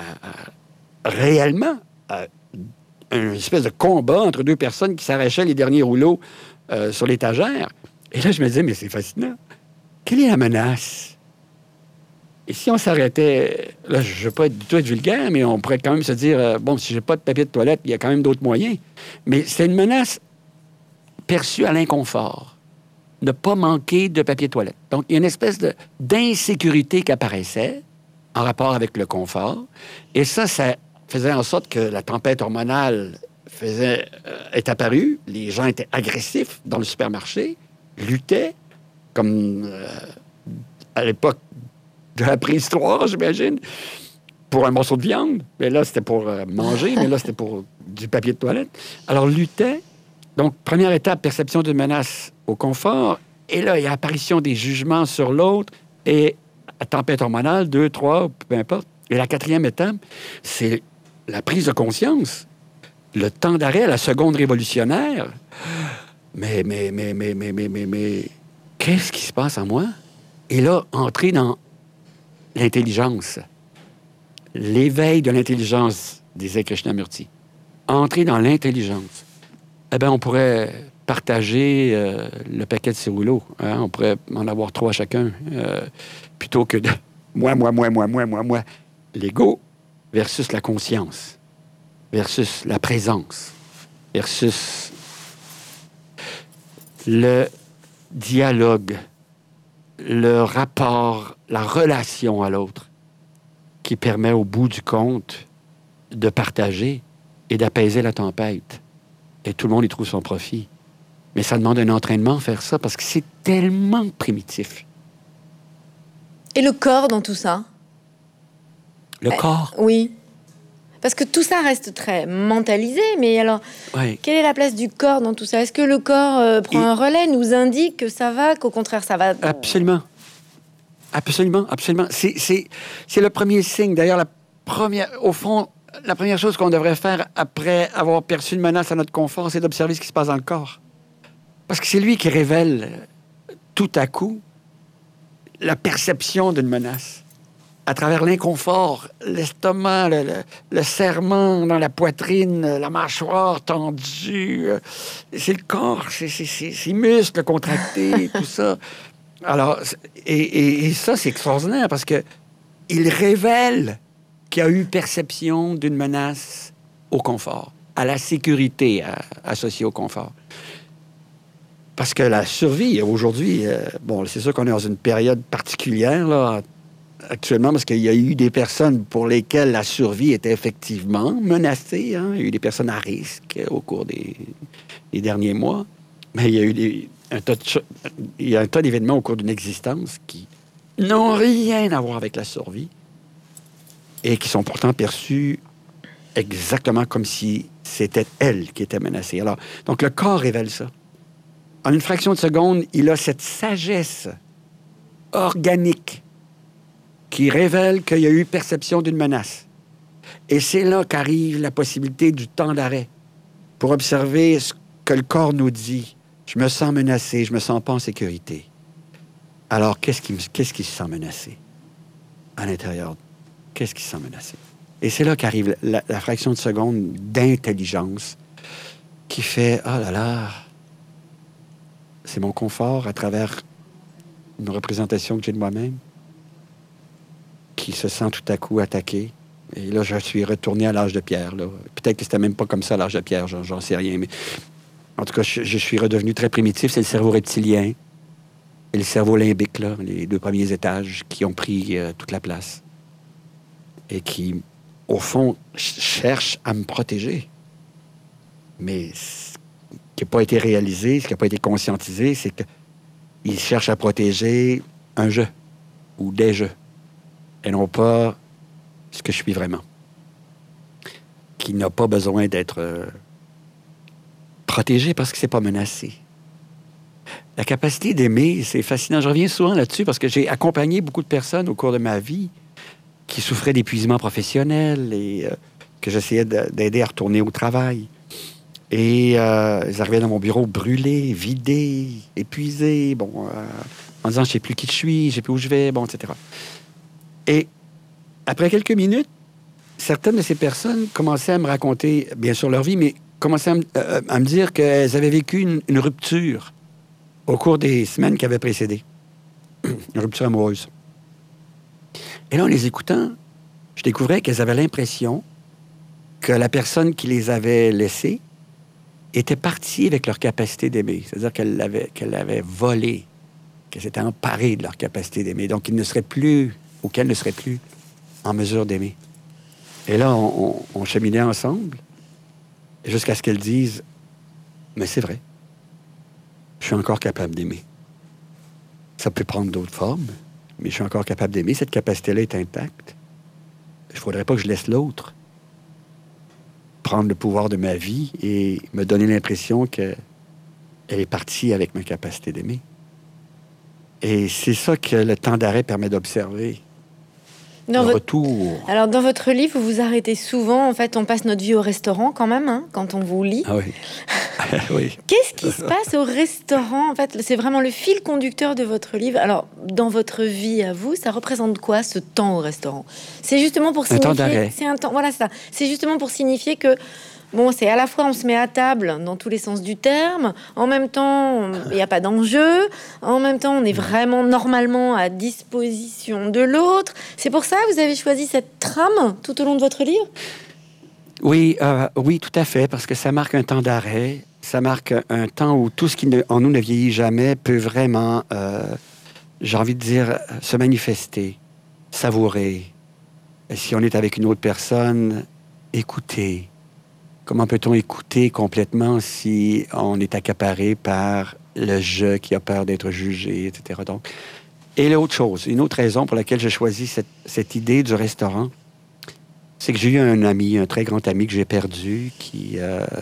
réellement à une espèce de combat entre deux personnes qui s'arrachaient les derniers rouleaux sur l'étagère. Et là, je me disais, mais c'est fascinant. Quelle est la menace? Et si on s'arrêtait... Là, je ne veux pas du tout être vulgaire, mais on pourrait quand même se dire, bon, si j'ai pas de papier de toilette, il y a quand même d'autres moyens. Mais c'est une menace perçue à l'inconfort. Ne pas manquer de papier de toilette. Donc, il y a une espèce d'insécurité qui apparaissait en rapport avec le confort. Et ça faisait en sorte que la tempête hormonale est apparue. Les gens étaient agressifs dans le supermarché, luttaient, comme à l'époque de la préhistoire, j'imagine, pour un morceau de viande. Mais là, c'était pour manger, mais là, c'était pour du papier de toilette. Alors, luttaient. Donc, première étape, perception d'une menace au confort. Et là, il y a apparition des jugements sur l'autre et tempête hormonale, 2, 3, peu importe. Et la quatrième étape, c'est la prise de conscience. Le temps d'arrêt, la seconde révolutionnaire. Mais, qu'est-ce qui se passe en moi? Et là, entrer dans l'intelligence. L'éveil de l'intelligence, disait Krishnamurti. Entrer dans l'intelligence. Eh bien, on pourrait partager le paquet de ces rouleaux. Hein? On pourrait en avoir 3 chacun, plutôt que de moi. L'ego versus la conscience, versus la présence, versus le dialogue, le rapport, la relation à l'autre, qui permet au bout du compte de partager et d'apaiser la tempête. Et tout le monde y trouve son profit. Mais ça demande un entraînement, faire ça, parce que c'est tellement primitif. Et le corps dans tout ça? Le corps? Oui. Parce que tout ça reste très mentalisé, mais alors, quelle est la place du corps dans tout ça? Est-ce que le corps prend un relais, nous indique que ça va, qu'au contraire, ça va? Absolument. Absolument. C'est le premier signe. D'ailleurs, au fond, la première chose qu'on devrait faire après avoir perçu une menace à notre confort, c'est d'observer ce qui se passe dans le corps. Parce que c'est lui qui révèle tout à coup la perception d'une menace. À travers l'inconfort, l'estomac, le serrement dans la poitrine, la mâchoire tendue. C'est le corps, c'est muscles contractés, tout ça. Alors, et ça, c'est extraordinaire parce que il révèle qu'il y a eu perception d'une menace au confort, à la sécurité associée au confort. Parce que la survie, aujourd'hui, bon, c'est sûr qu'on est dans une période particulière, là, actuellement, parce qu'il y a eu des personnes pour lesquelles la survie était effectivement menacée. Hein. Il y a eu des personnes à risque au cours des derniers mois. Mais il y a eu il y a un tas d'événements au cours d'une existence qui n'ont rien à voir avec la survie et qui sont pourtant perçus exactement comme si c'était elle qui était menacée. Alors, donc, le corps révèle ça. En une fraction de seconde, il a cette sagesse organique qui révèle qu'il y a eu perception d'une menace. Et c'est là qu'arrive la possibilité du temps d'arrêt pour observer ce que le corps nous dit. Je me sens menacé, je me sens pas en sécurité. Alors, qu'est-ce qui se sent menacé à l'intérieur? Qu'est-ce qui se sent menacé? Et c'est là qu'arrive la fraction de seconde d'intelligence qui fait « Ah là là, c'est mon confort à travers une représentation que j'ai de moi-même qui se sent tout à coup attaqué. » Et là, je suis retourné à l'âge de pierre. Là. Peut-être que c'était même pas comme ça, l'âge de pierre, j'en sais rien. Mais en tout cas, je suis redevenu très primitif. C'est le cerveau reptilien et le cerveau limbique, là, les deux premiers étages qui ont pris toute la place. Et qui, au fond, cherchent à me protéger. Mais ce qui n'a pas été réalisé, ce qui n'a pas été conscientisé, c'est qu'ils cherchent à protéger un je ou des jeux. Et non pas ce que je suis vraiment. Qui n'a pas besoin d'être protégé parce que c'est pas menacé. La capacité d'aimer, c'est fascinant. Je reviens souvent là-dessus parce que j'ai accompagné beaucoup de personnes au cours de ma vie qui souffraient d'épuisement professionnel et que j'essayais d'aider à retourner au travail. Et ils arrivaient dans mon bureau brûlés, vidés, épuisés, en disant « je sais plus qui je suis, je sais plus où je vais », etc. Et après quelques minutes, certaines de ces personnes commençaient à me raconter, bien sûr, leur vie, mais commençaient à me dire qu'elles avaient vécu une rupture au cours des semaines qui avaient précédé. Une rupture amoureuse. Et là, en les écoutant, je découvrais qu'elles avaient l'impression que la personne qui les avait laissées était partie avec leur capacité d'aimer. C'est-à-dire qu'elle l'avait volé, qu'elle s'était emparée de leur capacité d'aimer. Donc, ils ne seraient plus, ou qu'elle ne serait plus en mesure d'aimer. Et là, on cheminait ensemble jusqu'à ce qu'elles disent « Mais c'est vrai, je suis encore capable d'aimer. Ça peut prendre d'autres formes, mais je suis encore capable d'aimer. Cette capacité-là est intacte. Il ne faudrait pas que je laisse l'autre prendre le pouvoir de ma vie et me donner l'impression qu'elle est partie avec ma capacité d'aimer. » Et c'est ça que le temps d'arrêt permet d'observer. Retour. Alors, dans votre livre, vous vous arrêtez souvent. En fait, on passe notre vie au restaurant quand même, hein, quand on vous lit. Ah oui. Oui. Qu'est-ce qui se passe au restaurant? En fait, c'est vraiment le fil conducteur de votre livre. Alors, dans votre vie à vous, ça représente quoi, ce temps au restaurant? C'est justement pour signifier... Un temps d'arrêt. C'est un temps... Voilà ça. C'est justement pour signifier que... Bon, c'est à la fois on se met à table dans tous les sens du terme, en même temps il n'y a pas d'enjeu, en même temps on est vraiment normalement à disposition de l'autre. C'est pour ça que vous avez choisi cette trame tout au long de votre livre? Oui, oui, tout à fait, parce que ça marque un temps d'arrêt, ça marque un temps où tout ce qui en nous ne vieillit jamais peut vraiment, j'ai envie de dire, se manifester, savourer. Et si on est avec une autre personne, écouter. Comment peut-on écouter complètement si on est accaparé par le « je » qui a peur d'être jugé, etc. Donc, et l'autre chose, une autre raison pour laquelle j'ai choisi cette idée du restaurant, c'est que j'ai eu un ami, un très grand ami que j'ai perdu, qui...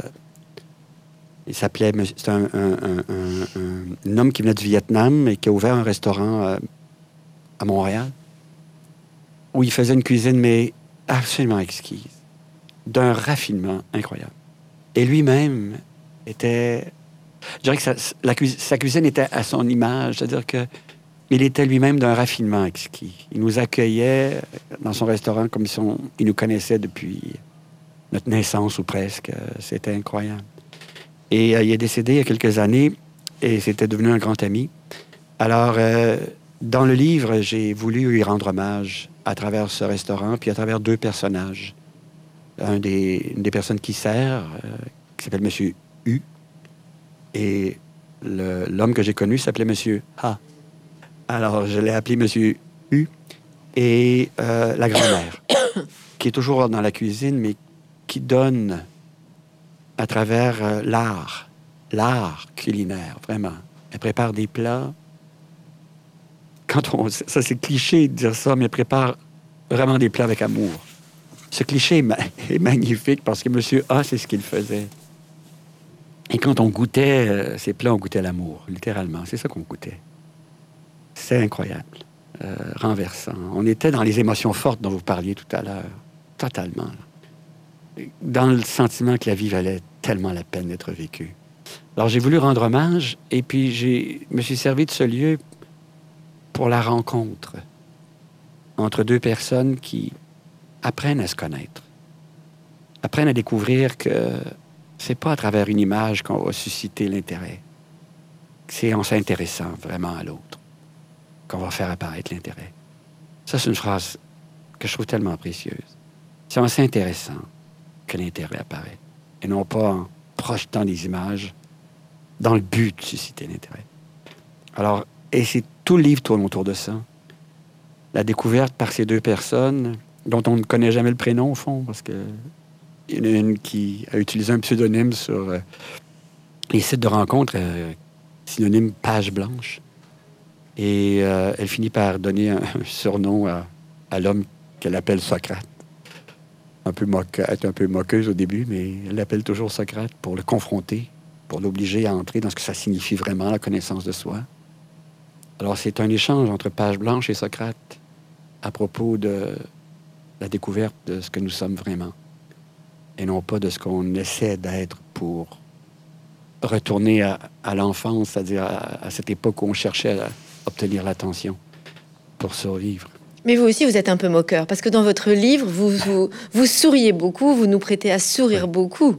il s'appelait... C'est un homme qui venait du Vietnam et qui a ouvert un restaurant à Montréal, où il faisait une cuisine, mais absolument exquise, d'un raffinement incroyable. Et lui-même était... Je dirais que sa cuisine était à son image, c'est-à-dire qu'il était lui-même d'un raffinement exquis. Il nous accueillait dans son restaurant comme si il nous connaissait depuis notre naissance ou presque. C'était incroyable. Et il est décédé il y a quelques années et c'était devenu un grand ami. Alors, dans le livre, j'ai voulu lui rendre hommage à travers ce restaurant puis à travers deux personnages. Une des personnes qui sert, qui s'appelle M. U, et l'homme que j'ai connu s'appelait Monsieur A. Alors, je l'ai appelé Monsieur U. Et la grand-mère, qui est toujours dans la cuisine, mais qui donne à travers l'art culinaire, vraiment. Elle prépare des plats. Ça, c'est cliché de dire ça, mais elle prépare vraiment des plats avec amour. Ce cliché est magnifique parce que Monsieur A, c'est ce qu'il faisait. Et quand on goûtait ces plats, on goûtait l'amour, littéralement. C'est ça qu'on goûtait. C'est incroyable, renversant. On était dans les émotions fortes dont vous parliez tout à l'heure, totalement. Là. Dans le sentiment que la vie valait tellement la peine d'être vécue. Alors, j'ai voulu rendre hommage et puis je me suis servi de ce lieu pour la rencontre entre deux personnes qui apprennent à se connaître, apprennent à découvrir que c'est pas à travers une image qu'on va susciter l'intérêt. C'est en s'intéressant vraiment à l'autre qu'on va faire apparaître l'intérêt. Ça, c'est une phrase que je trouve tellement précieuse. C'est en s'intéressant que l'intérêt apparaît, et non pas en projetant des images dans le but de susciter l'intérêt. Alors, et c'est tout le livre tourne autour de ça. La découverte par ces deux personnes, dont on ne connaît jamais le prénom, au fond, parce que il y en a une qui a utilisé un pseudonyme sur les sites de rencontres, synonyme page blanche. Et elle finit par donner un surnom à l'homme qu'elle appelle Socrate. Elle est un peu moqueuse au début, mais elle l'appelle toujours Socrate pour le confronter, pour l'obliger à entrer dans ce que ça signifie vraiment, la connaissance de soi. Alors, c'est un échange entre page blanche et Socrate à propos de la découverte de ce que nous sommes vraiment, et non pas de ce qu'on essaie d'être pour retourner à l'enfance, c'est-à-dire à cette époque où on cherchait à obtenir l'attention pour survivre. Mais vous aussi, vous êtes un peu moqueur, parce que dans votre livre, vous souriez beaucoup, vous nous prêtez à sourire beaucoup.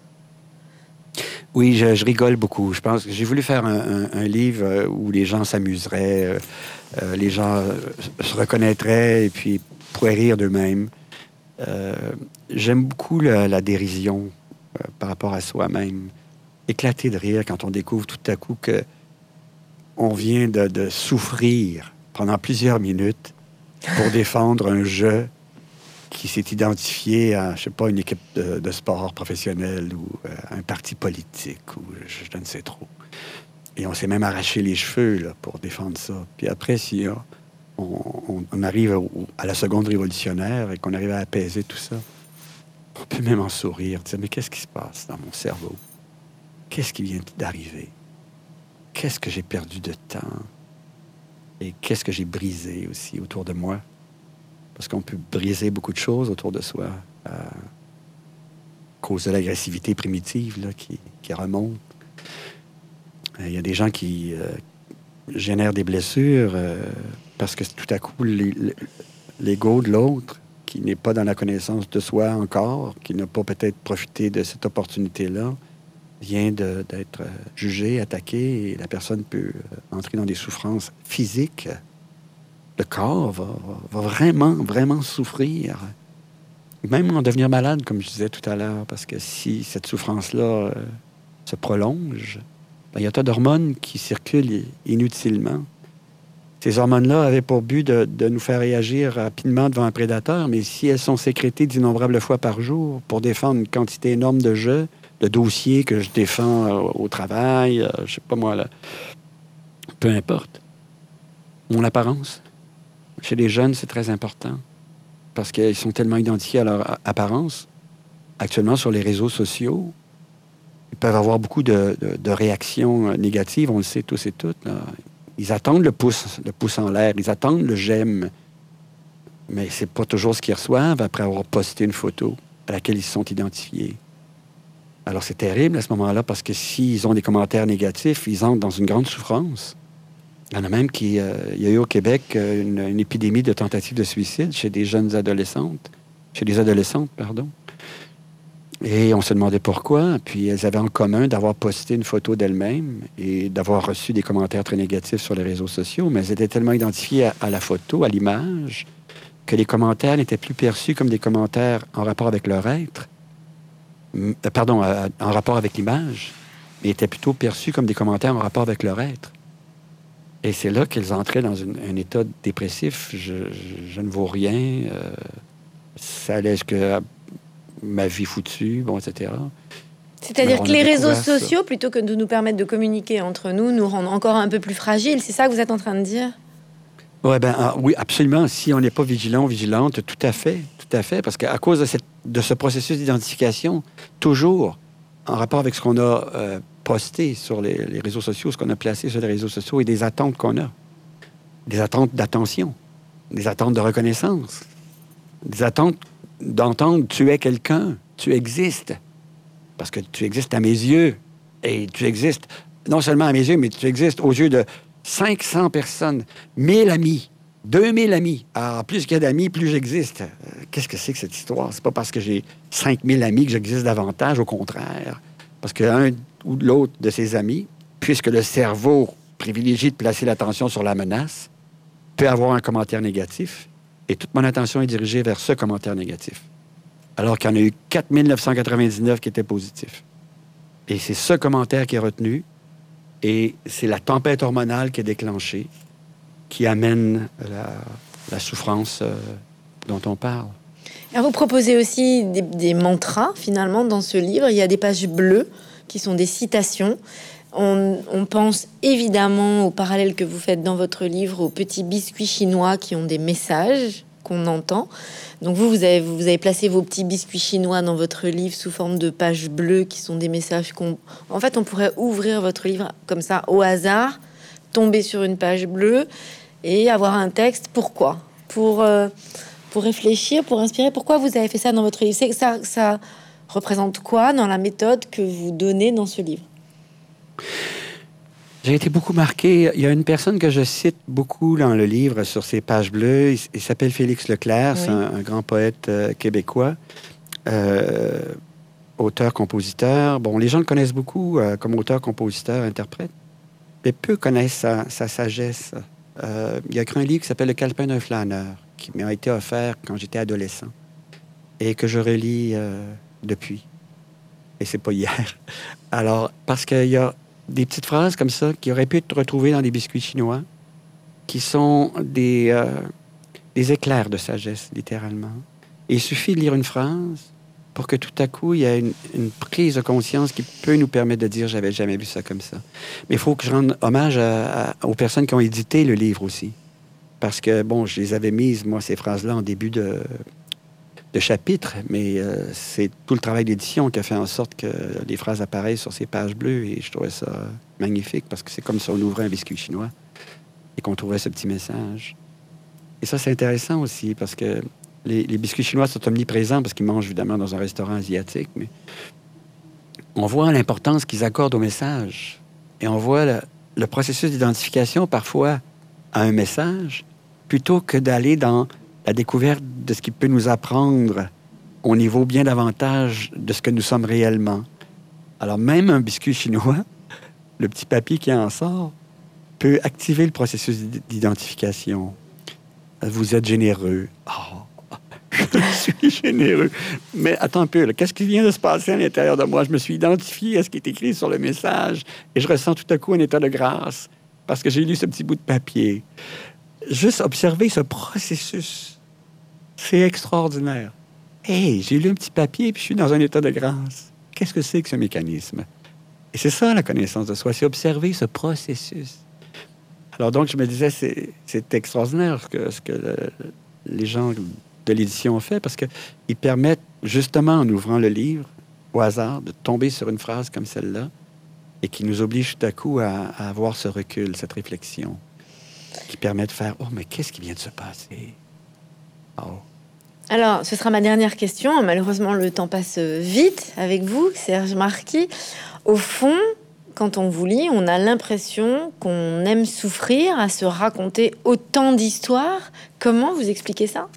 Oui, je rigole beaucoup. Je pense que j'ai voulu faire un livre où les gens s'amuseraient, les gens se reconnaîtraient et puis pourraient rire d'eux-mêmes. J'aime beaucoup la dérision par rapport à soi-même. Éclater de rire quand on découvre tout à coup que on vient de souffrir pendant plusieurs minutes pour défendre un jeu qui s'est identifié à, je sais pas, une équipe de sport professionnel ou un parti politique ou je ne sais trop. Et on s'est même arraché les cheveux là, pour défendre ça. Puis après, si on arrive à la seconde révolutionnaire et qu'on arrive à apaiser tout ça, on peut même en sourire, dire, mais qu'est-ce qui se passe dans mon cerveau? Qu'est-ce qui vient d'arriver? Qu'est-ce que j'ai perdu de temps? Et qu'est-ce que j'ai brisé aussi autour de moi? Parce qu'on peut briser beaucoup de choses autour de soi à cause de l'agressivité primitive là, qui remonte. Il y a des gens qui génèrent des blessures parce que tout à coup, l'ego de l'autre, qui n'est pas dans la connaissance de soi encore, qui n'a pas peut-être profité de cette opportunité-là, vient d'être jugé, attaqué, et la personne peut entrer dans des souffrances physiques. Le corps va vraiment, vraiment souffrir. Même en devenir malade, comme je disais tout à l'heure, parce que si cette souffrance-là se prolonge, ben, il y a tas d'hormones qui circulent inutilement. Ces hormones-là avaient pour but de nous faire réagir rapidement devant un prédateur, mais si elles sont sécrétées d'innombrables fois par jour pour défendre une quantité énorme de jeux, de dossiers que je défends au travail, je sais pas moi, là, peu importe. Mon apparence. Chez les jeunes, c'est très important parce qu'ils sont tellement identifiés à leur apparence. Actuellement, sur les réseaux sociaux, ils peuvent avoir beaucoup de réactions négatives, on le sait tous et toutes. Là. Ils attendent le pouce en l'air, ils attendent le j'aime, mais c'est pas toujours ce qu'ils reçoivent après avoir posté une photo à laquelle ils se sont identifiés. Alors, c'est terrible à ce moment-là parce que s'ils ont des commentaires négatifs, ils entrent dans une grande souffrance. Il y en a même il y a eu au Québec une épidémie de tentatives de suicide chez des jeunes adolescentes, pardon. Et on se demandait pourquoi. Puis elles avaient en commun d'avoir posté une photo d'elles-mêmes et d'avoir reçu des commentaires très négatifs sur les réseaux sociaux, mais elles étaient tellement identifiées à la photo, à l'image, que les commentaires n'étaient plus perçus comme des commentaires en rapport avec leur être, en rapport avec l'image, mais étaient plutôt perçus comme des commentaires en rapport avec leur être. Et c'est là qu'ils entraient dans un état dépressif. Je ne vaux rien. Ça allait jusqu'à ma vie foutue, bon, etc. C'est-à-dire que les réseaux sociaux, plutôt que de nous permettre de communiquer entre nous, nous rendent encore un peu plus fragiles. C'est ça que vous êtes en train de dire? Ouais, oui, absolument. Si on n'est pas vigilant ou vigilante, tout à fait. Parce qu'à cause de ce processus d'identification, toujours en rapport avec ce qu'on a posté sur les réseaux sociaux, ce qu'on a placé sur les réseaux sociaux et des attentes qu'on a. Des attentes d'attention, des attentes de reconnaissance, des attentes d'entendre « tu es quelqu'un, tu existes ». Parce que tu existes à mes yeux et tu existes non seulement à mes yeux, mais tu existes aux yeux de 500 personnes, 1000 amis, 2000 amis. Alors, plus qu'il y a d'amis, plus j'existe. Qu'est-ce que c'est que cette histoire? C'est pas parce que j'ai 5000 amis que j'existe davantage, au contraire. Parce qu'un ou l'autre de ces amis, puisque le cerveau privilégie de placer l'attention sur la menace, peut avoir un commentaire négatif, et toute mon attention est dirigée vers ce commentaire négatif. Alors qu'il y en a eu 4999 qui étaient positifs. Et c'est ce commentaire qui est retenu, et c'est la tempête hormonale qui est déclenchée, qui amène la souffrance dont on parle. Alors vous proposez aussi des mantras, finalement, dans ce livre. Il y a des pages bleues qui sont des citations. On pense évidemment au parallèle que vous faites dans votre livre aux petits biscuits chinois qui ont des messages qu'on entend. Donc vous avez placé vos petits biscuits chinois dans votre livre sous forme de pages bleues qui sont des messages En fait, on pourrait ouvrir votre livre comme ça, au hasard, tomber sur une page bleue et avoir un texte. Pourquoi? Pour réfléchir, pour inspirer. Pourquoi vous avez fait ça dans votre livre? C'est que ça représente quoi dans la méthode que vous donnez dans ce livre? J'ai été beaucoup marqué. Il y a une personne que je cite beaucoup dans le livre sur ces pages bleues. Il s'appelle Félix Leclerc. Oui. C'est un grand poète québécois, auteur-compositeur. Bon, les gens le connaissent beaucoup comme auteur, compositeur, interprète, mais peu connaissent sa sagesse. Il a écrit un livre qui s'appelle Le calepin d'un flâneur, qui m'a été offert quand j'étais adolescent et que je relis depuis. Et c'est pas hier. Alors, parce qu'il y a des petites phrases comme ça qui auraient pu être retrouvées dans des biscuits chinois, qui sont des éclairs de sagesse, littéralement. Et il suffit de lire une phrase pour que tout à coup, il y ait une prise de conscience qui peut nous permettre de dire « j'avais jamais vu ça comme ça ». Mais il faut que je rende hommage aux personnes qui ont édité le livre aussi. Parce que, bon, je les avais mises, moi, ces phrases-là, en début de chapitre, mais c'est tout le travail d'édition qui a fait en sorte que les phrases apparaissent sur ces pages bleues, et je trouvais ça magnifique, parce que c'est comme si on ouvrait un biscuit chinois et qu'on trouvait ce petit message. Et ça, c'est intéressant aussi, parce que les biscuits chinois sont omniprésents, parce qu'ils mangent évidemment dans un restaurant asiatique, mais on voit l'importance qu'ils accordent au message, et on voit le processus d'identification parfois à un message, plutôt que d'aller dans la découverte de ce qui peut nous apprendre au niveau bien davantage de ce que nous sommes réellement. Alors, même un biscuit chinois, le petit papier qui en sort, peut activer le processus d'identification. Vous êtes généreux. Oh, je suis généreux. Mais attends un peu, là, qu'est-ce qui vient de se passer à l'intérieur de moi? Je me suis identifié à ce qui est écrit sur le message et je ressens tout à coup un état de grâce parce que j'ai lu ce petit bout de papier. Juste observer ce processus, c'est extraordinaire. Hey, j'ai lu un petit papier puis je suis dans un état de grâce. Qu'est-ce que c'est que ce mécanisme? Et c'est ça, la connaissance de soi, c'est observer ce processus. Alors donc, je me disais, c'est extraordinaire ce que les gens de l'édition ont fait, parce qu'ils permettent, justement, en ouvrant le livre, au hasard, de tomber sur une phrase comme celle-là, et qui nous oblige tout à coup à avoir ce recul, cette réflexion, qui permet de faire « Oh, mais qu'est-ce qui vient de se passer? » Oh. Alors, ce sera ma dernière question. Malheureusement, le temps passe vite avec vous, Serge Marquis. Au fond, quand on vous lit, on a l'impression qu'on aime souffrir à se raconter autant d'histoires. Comment vous expliquez ça?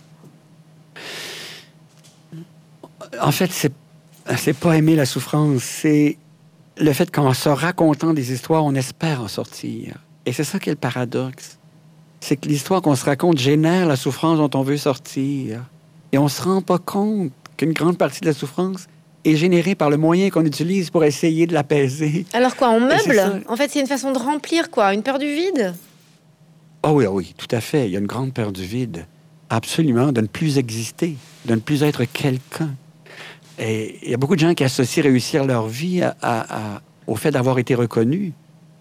En fait, c'est pas aimer la souffrance, c'est le fait qu'en se racontant des histoires, on espère en sortir. Et c'est ça qui est le paradoxe. C'est que l'histoire qu'on se raconte génère la souffrance dont on veut sortir. Et on se rend pas compte qu'une grande partie de la souffrance est générée par le moyen qu'on utilise pour essayer de l'apaiser. Alors quoi, on Et c'est ça. meuble? En fait, c'est une façon de remplir, quoi. Une peur du vide? Ah oui, tout à fait. Il y a une grande peur du vide. Absolument, de ne plus exister, de ne plus être quelqu'un. Et il y a beaucoup de gens qui associent réussir leur vie au fait d'avoir été reconnus,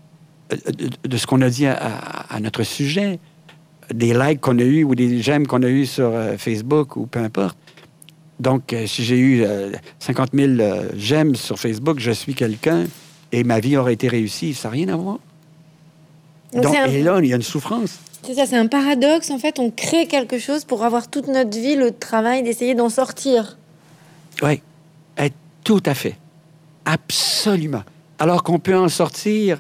de ce qu'on a dit à notre sujet, des likes qu'on a eus ou des j'aime qu'on a eus sur Facebook ou peu importe. Donc, si j'ai eu 50 000 j'aime sur Facebook, je suis quelqu'un et ma vie aurait été réussie. Ça n'a rien à voir. Donc, et là, il y a une souffrance. C'est ça, c'est un paradoxe. En fait, on crée quelque chose pour avoir toute notre vie le travail d'essayer d'en sortir. Oui, tout à fait. Absolument. Alors qu'on peut en sortir,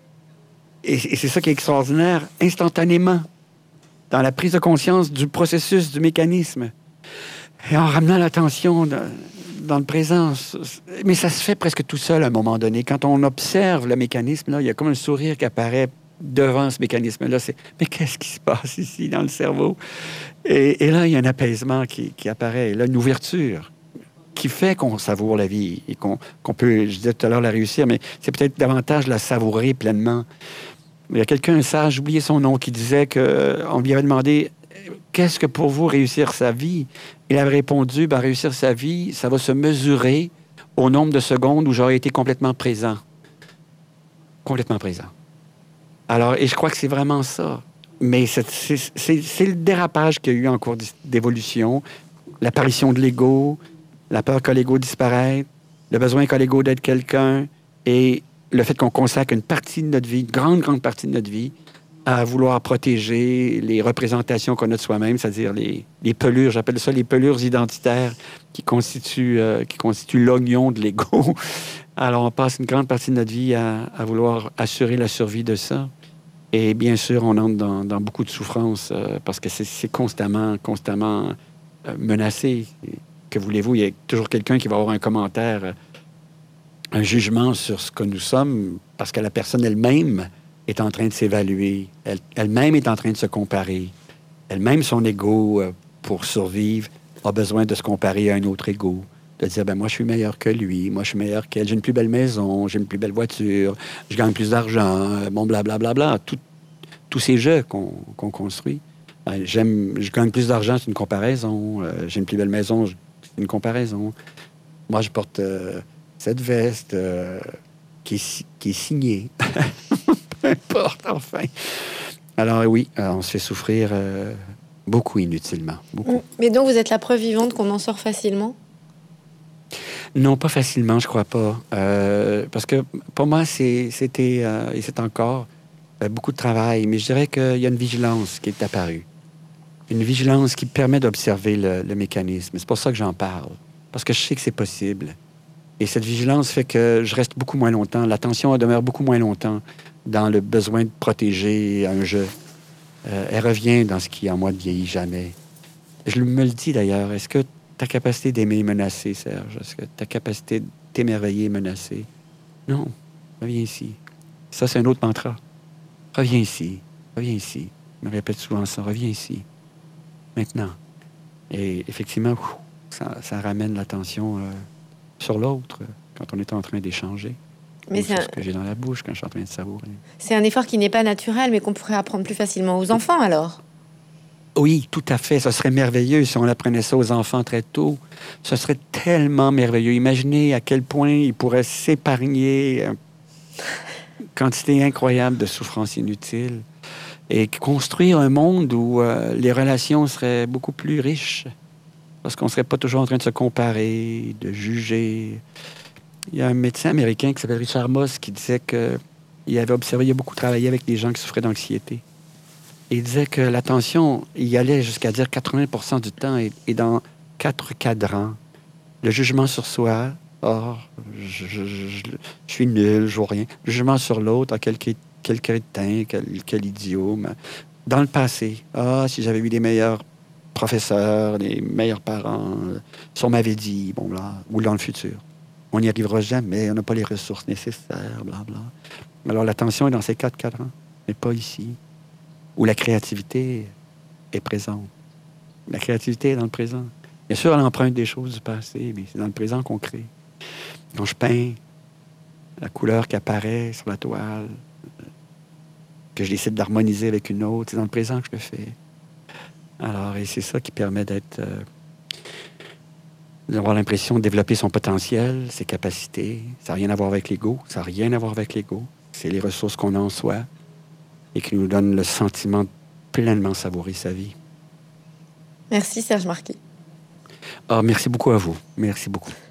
et c'est ça qui est extraordinaire, instantanément, dans la prise de conscience du processus, du mécanisme, et en ramenant l'attention dans le présent. Mais ça se fait presque tout seul à un moment donné. Quand on observe le mécanisme, là, il y a comme un sourire qui apparaît devant ce mécanisme-là. Mais qu'est-ce qui se passe ici dans le cerveau? Et là, il y a un apaisement qui apparaît, là, une ouverture qui fait qu'on savoure la vie et qu'on peut, je disais tout à l'heure, la réussir, mais c'est peut-être davantage la savourer pleinement. Il y a quelqu'un, un sage, j'ai oublié son nom, qui disait qu'on lui avait demandé « Qu'est-ce que pour vous réussir sa vie? » Il avait répondu « Réussir sa vie, ça va se mesurer au nombre de secondes où j'aurais été complètement présent. » Complètement présent. Alors, et je crois que c'est vraiment ça. Mais c'est le dérapage qu'il y a eu en cours d'évolution, l'apparition de l'ego, la peur que l'ego disparaisse, le besoin qu'a l'ego d'être quelqu'un et le fait qu'on consacre une partie de notre vie, une grande partie de notre vie, à vouloir protéger les représentations qu'on a de soi-même, c'est-à-dire les pelures, j'appelle ça les pelures identitaires qui constituent l'oignon de l'ego. Alors, on passe une grande partie de notre vie à vouloir assurer la survie de ça. Et bien sûr, on entre dans beaucoup de souffrance parce que c'est constamment menacé. Que voulez-vous? Il y a toujours quelqu'un qui va avoir un commentaire, un jugement sur ce que nous sommes parce que la personne elle-même est en train de s'évaluer. Elle-même est en train de se comparer. Elle-même, son ego, pour survivre, a besoin de se comparer à un autre ego. De dire, moi, je suis meilleur que lui, moi, je suis meilleur qu'elle, j'ai une plus belle maison, j'ai une plus belle voiture, je gagne plus d'argent, blablabla. Tous ces jeux qu'on construit. Je gagne plus d'argent, c'est une comparaison. J'ai une plus belle maison, c'est une comparaison. Moi, je porte cette veste qui est signée. Peu importe, enfin. Alors oui, on se fait souffrir beaucoup inutilement. Beaucoup. Mais donc, vous êtes la preuve vivante qu'on en sort facilement? Non, pas facilement, je crois pas. Parce que pour moi, c'était et c'est encore beaucoup de travail. Mais je dirais qu'il y a une vigilance qui est apparue. Une vigilance qui permet d'observer le mécanisme. C'est pour ça que j'en parle. Parce que je sais que c'est possible. Et cette vigilance fait que je reste beaucoup moins longtemps. L'attention demeure beaucoup moins longtemps dans le besoin de protéger un jeu. Elle revient dans ce qui, en moi, ne vieillit jamais. Je me le dis d'ailleurs. Est-ce que ta capacité d'aimer est menacée, Serge? Est-ce que ta capacité de t'émerveiller est menacée? Non. Reviens ici. Ça, c'est un autre mantra. Reviens ici. Reviens ici. Je me répète souvent ça. Reviens ici. Maintenant. Et effectivement, ça ramène l'attention sur l'autre quand on est en train d'échanger. Mais c'est ce que j'ai dans la bouche quand je suis en train de savourer. C'est un effort qui n'est pas naturel, mais qu'on pourrait apprendre plus facilement aux enfants, alors? Oui, tout à fait. Ça serait merveilleux si on apprenait ça aux enfants très tôt. Ce serait tellement merveilleux. Imaginez à quel point ils pourraient s'épargner une quantité incroyable de souffrances inutiles et construire un monde où les relations seraient beaucoup plus riches parce qu'on ne serait pas toujours en train de se comparer, de juger. Il y a un médecin américain qui s'appelle Richard Moss qui disait qu'il avait observé, il a beaucoup travaillé avec des gens qui souffraient d'anxiété. Et il disait que l'attention, il y allait jusqu'à dire 80% du temps est dans 4 cadrans. Le jugement sur soi, je suis nul, je vaux rien. Le jugement sur l'autre, quel crétin, quel idiot. Dans le passé, si j'avais eu des meilleurs professeurs, des meilleurs parents, si on m'avait dit, ou dans le futur. On n'y arrivera jamais, on n'a pas les ressources nécessaires, blablabla. Alors l'attention est dans ces 4 cadrans, mais pas ici, où la créativité est présente. La créativité est dans le présent. Bien sûr, elle emprunte des choses du passé, mais c'est dans le présent qu'on crée. Quand je peins, la couleur qui apparaît sur la toile, que je décide d'harmoniser avec une autre, c'est dans le présent que je le fais. Alors, et c'est ça qui permet d'avoir l'impression de développer son potentiel, ses capacités. Ça n'a rien à voir avec l'ego. Ça n'a rien à voir avec l'ego. C'est les ressources qu'on a en soi et qui nous donnent le sentiment de pleinement savourer sa vie. Merci Serge Marquis. Ah, merci beaucoup à vous. Merci beaucoup.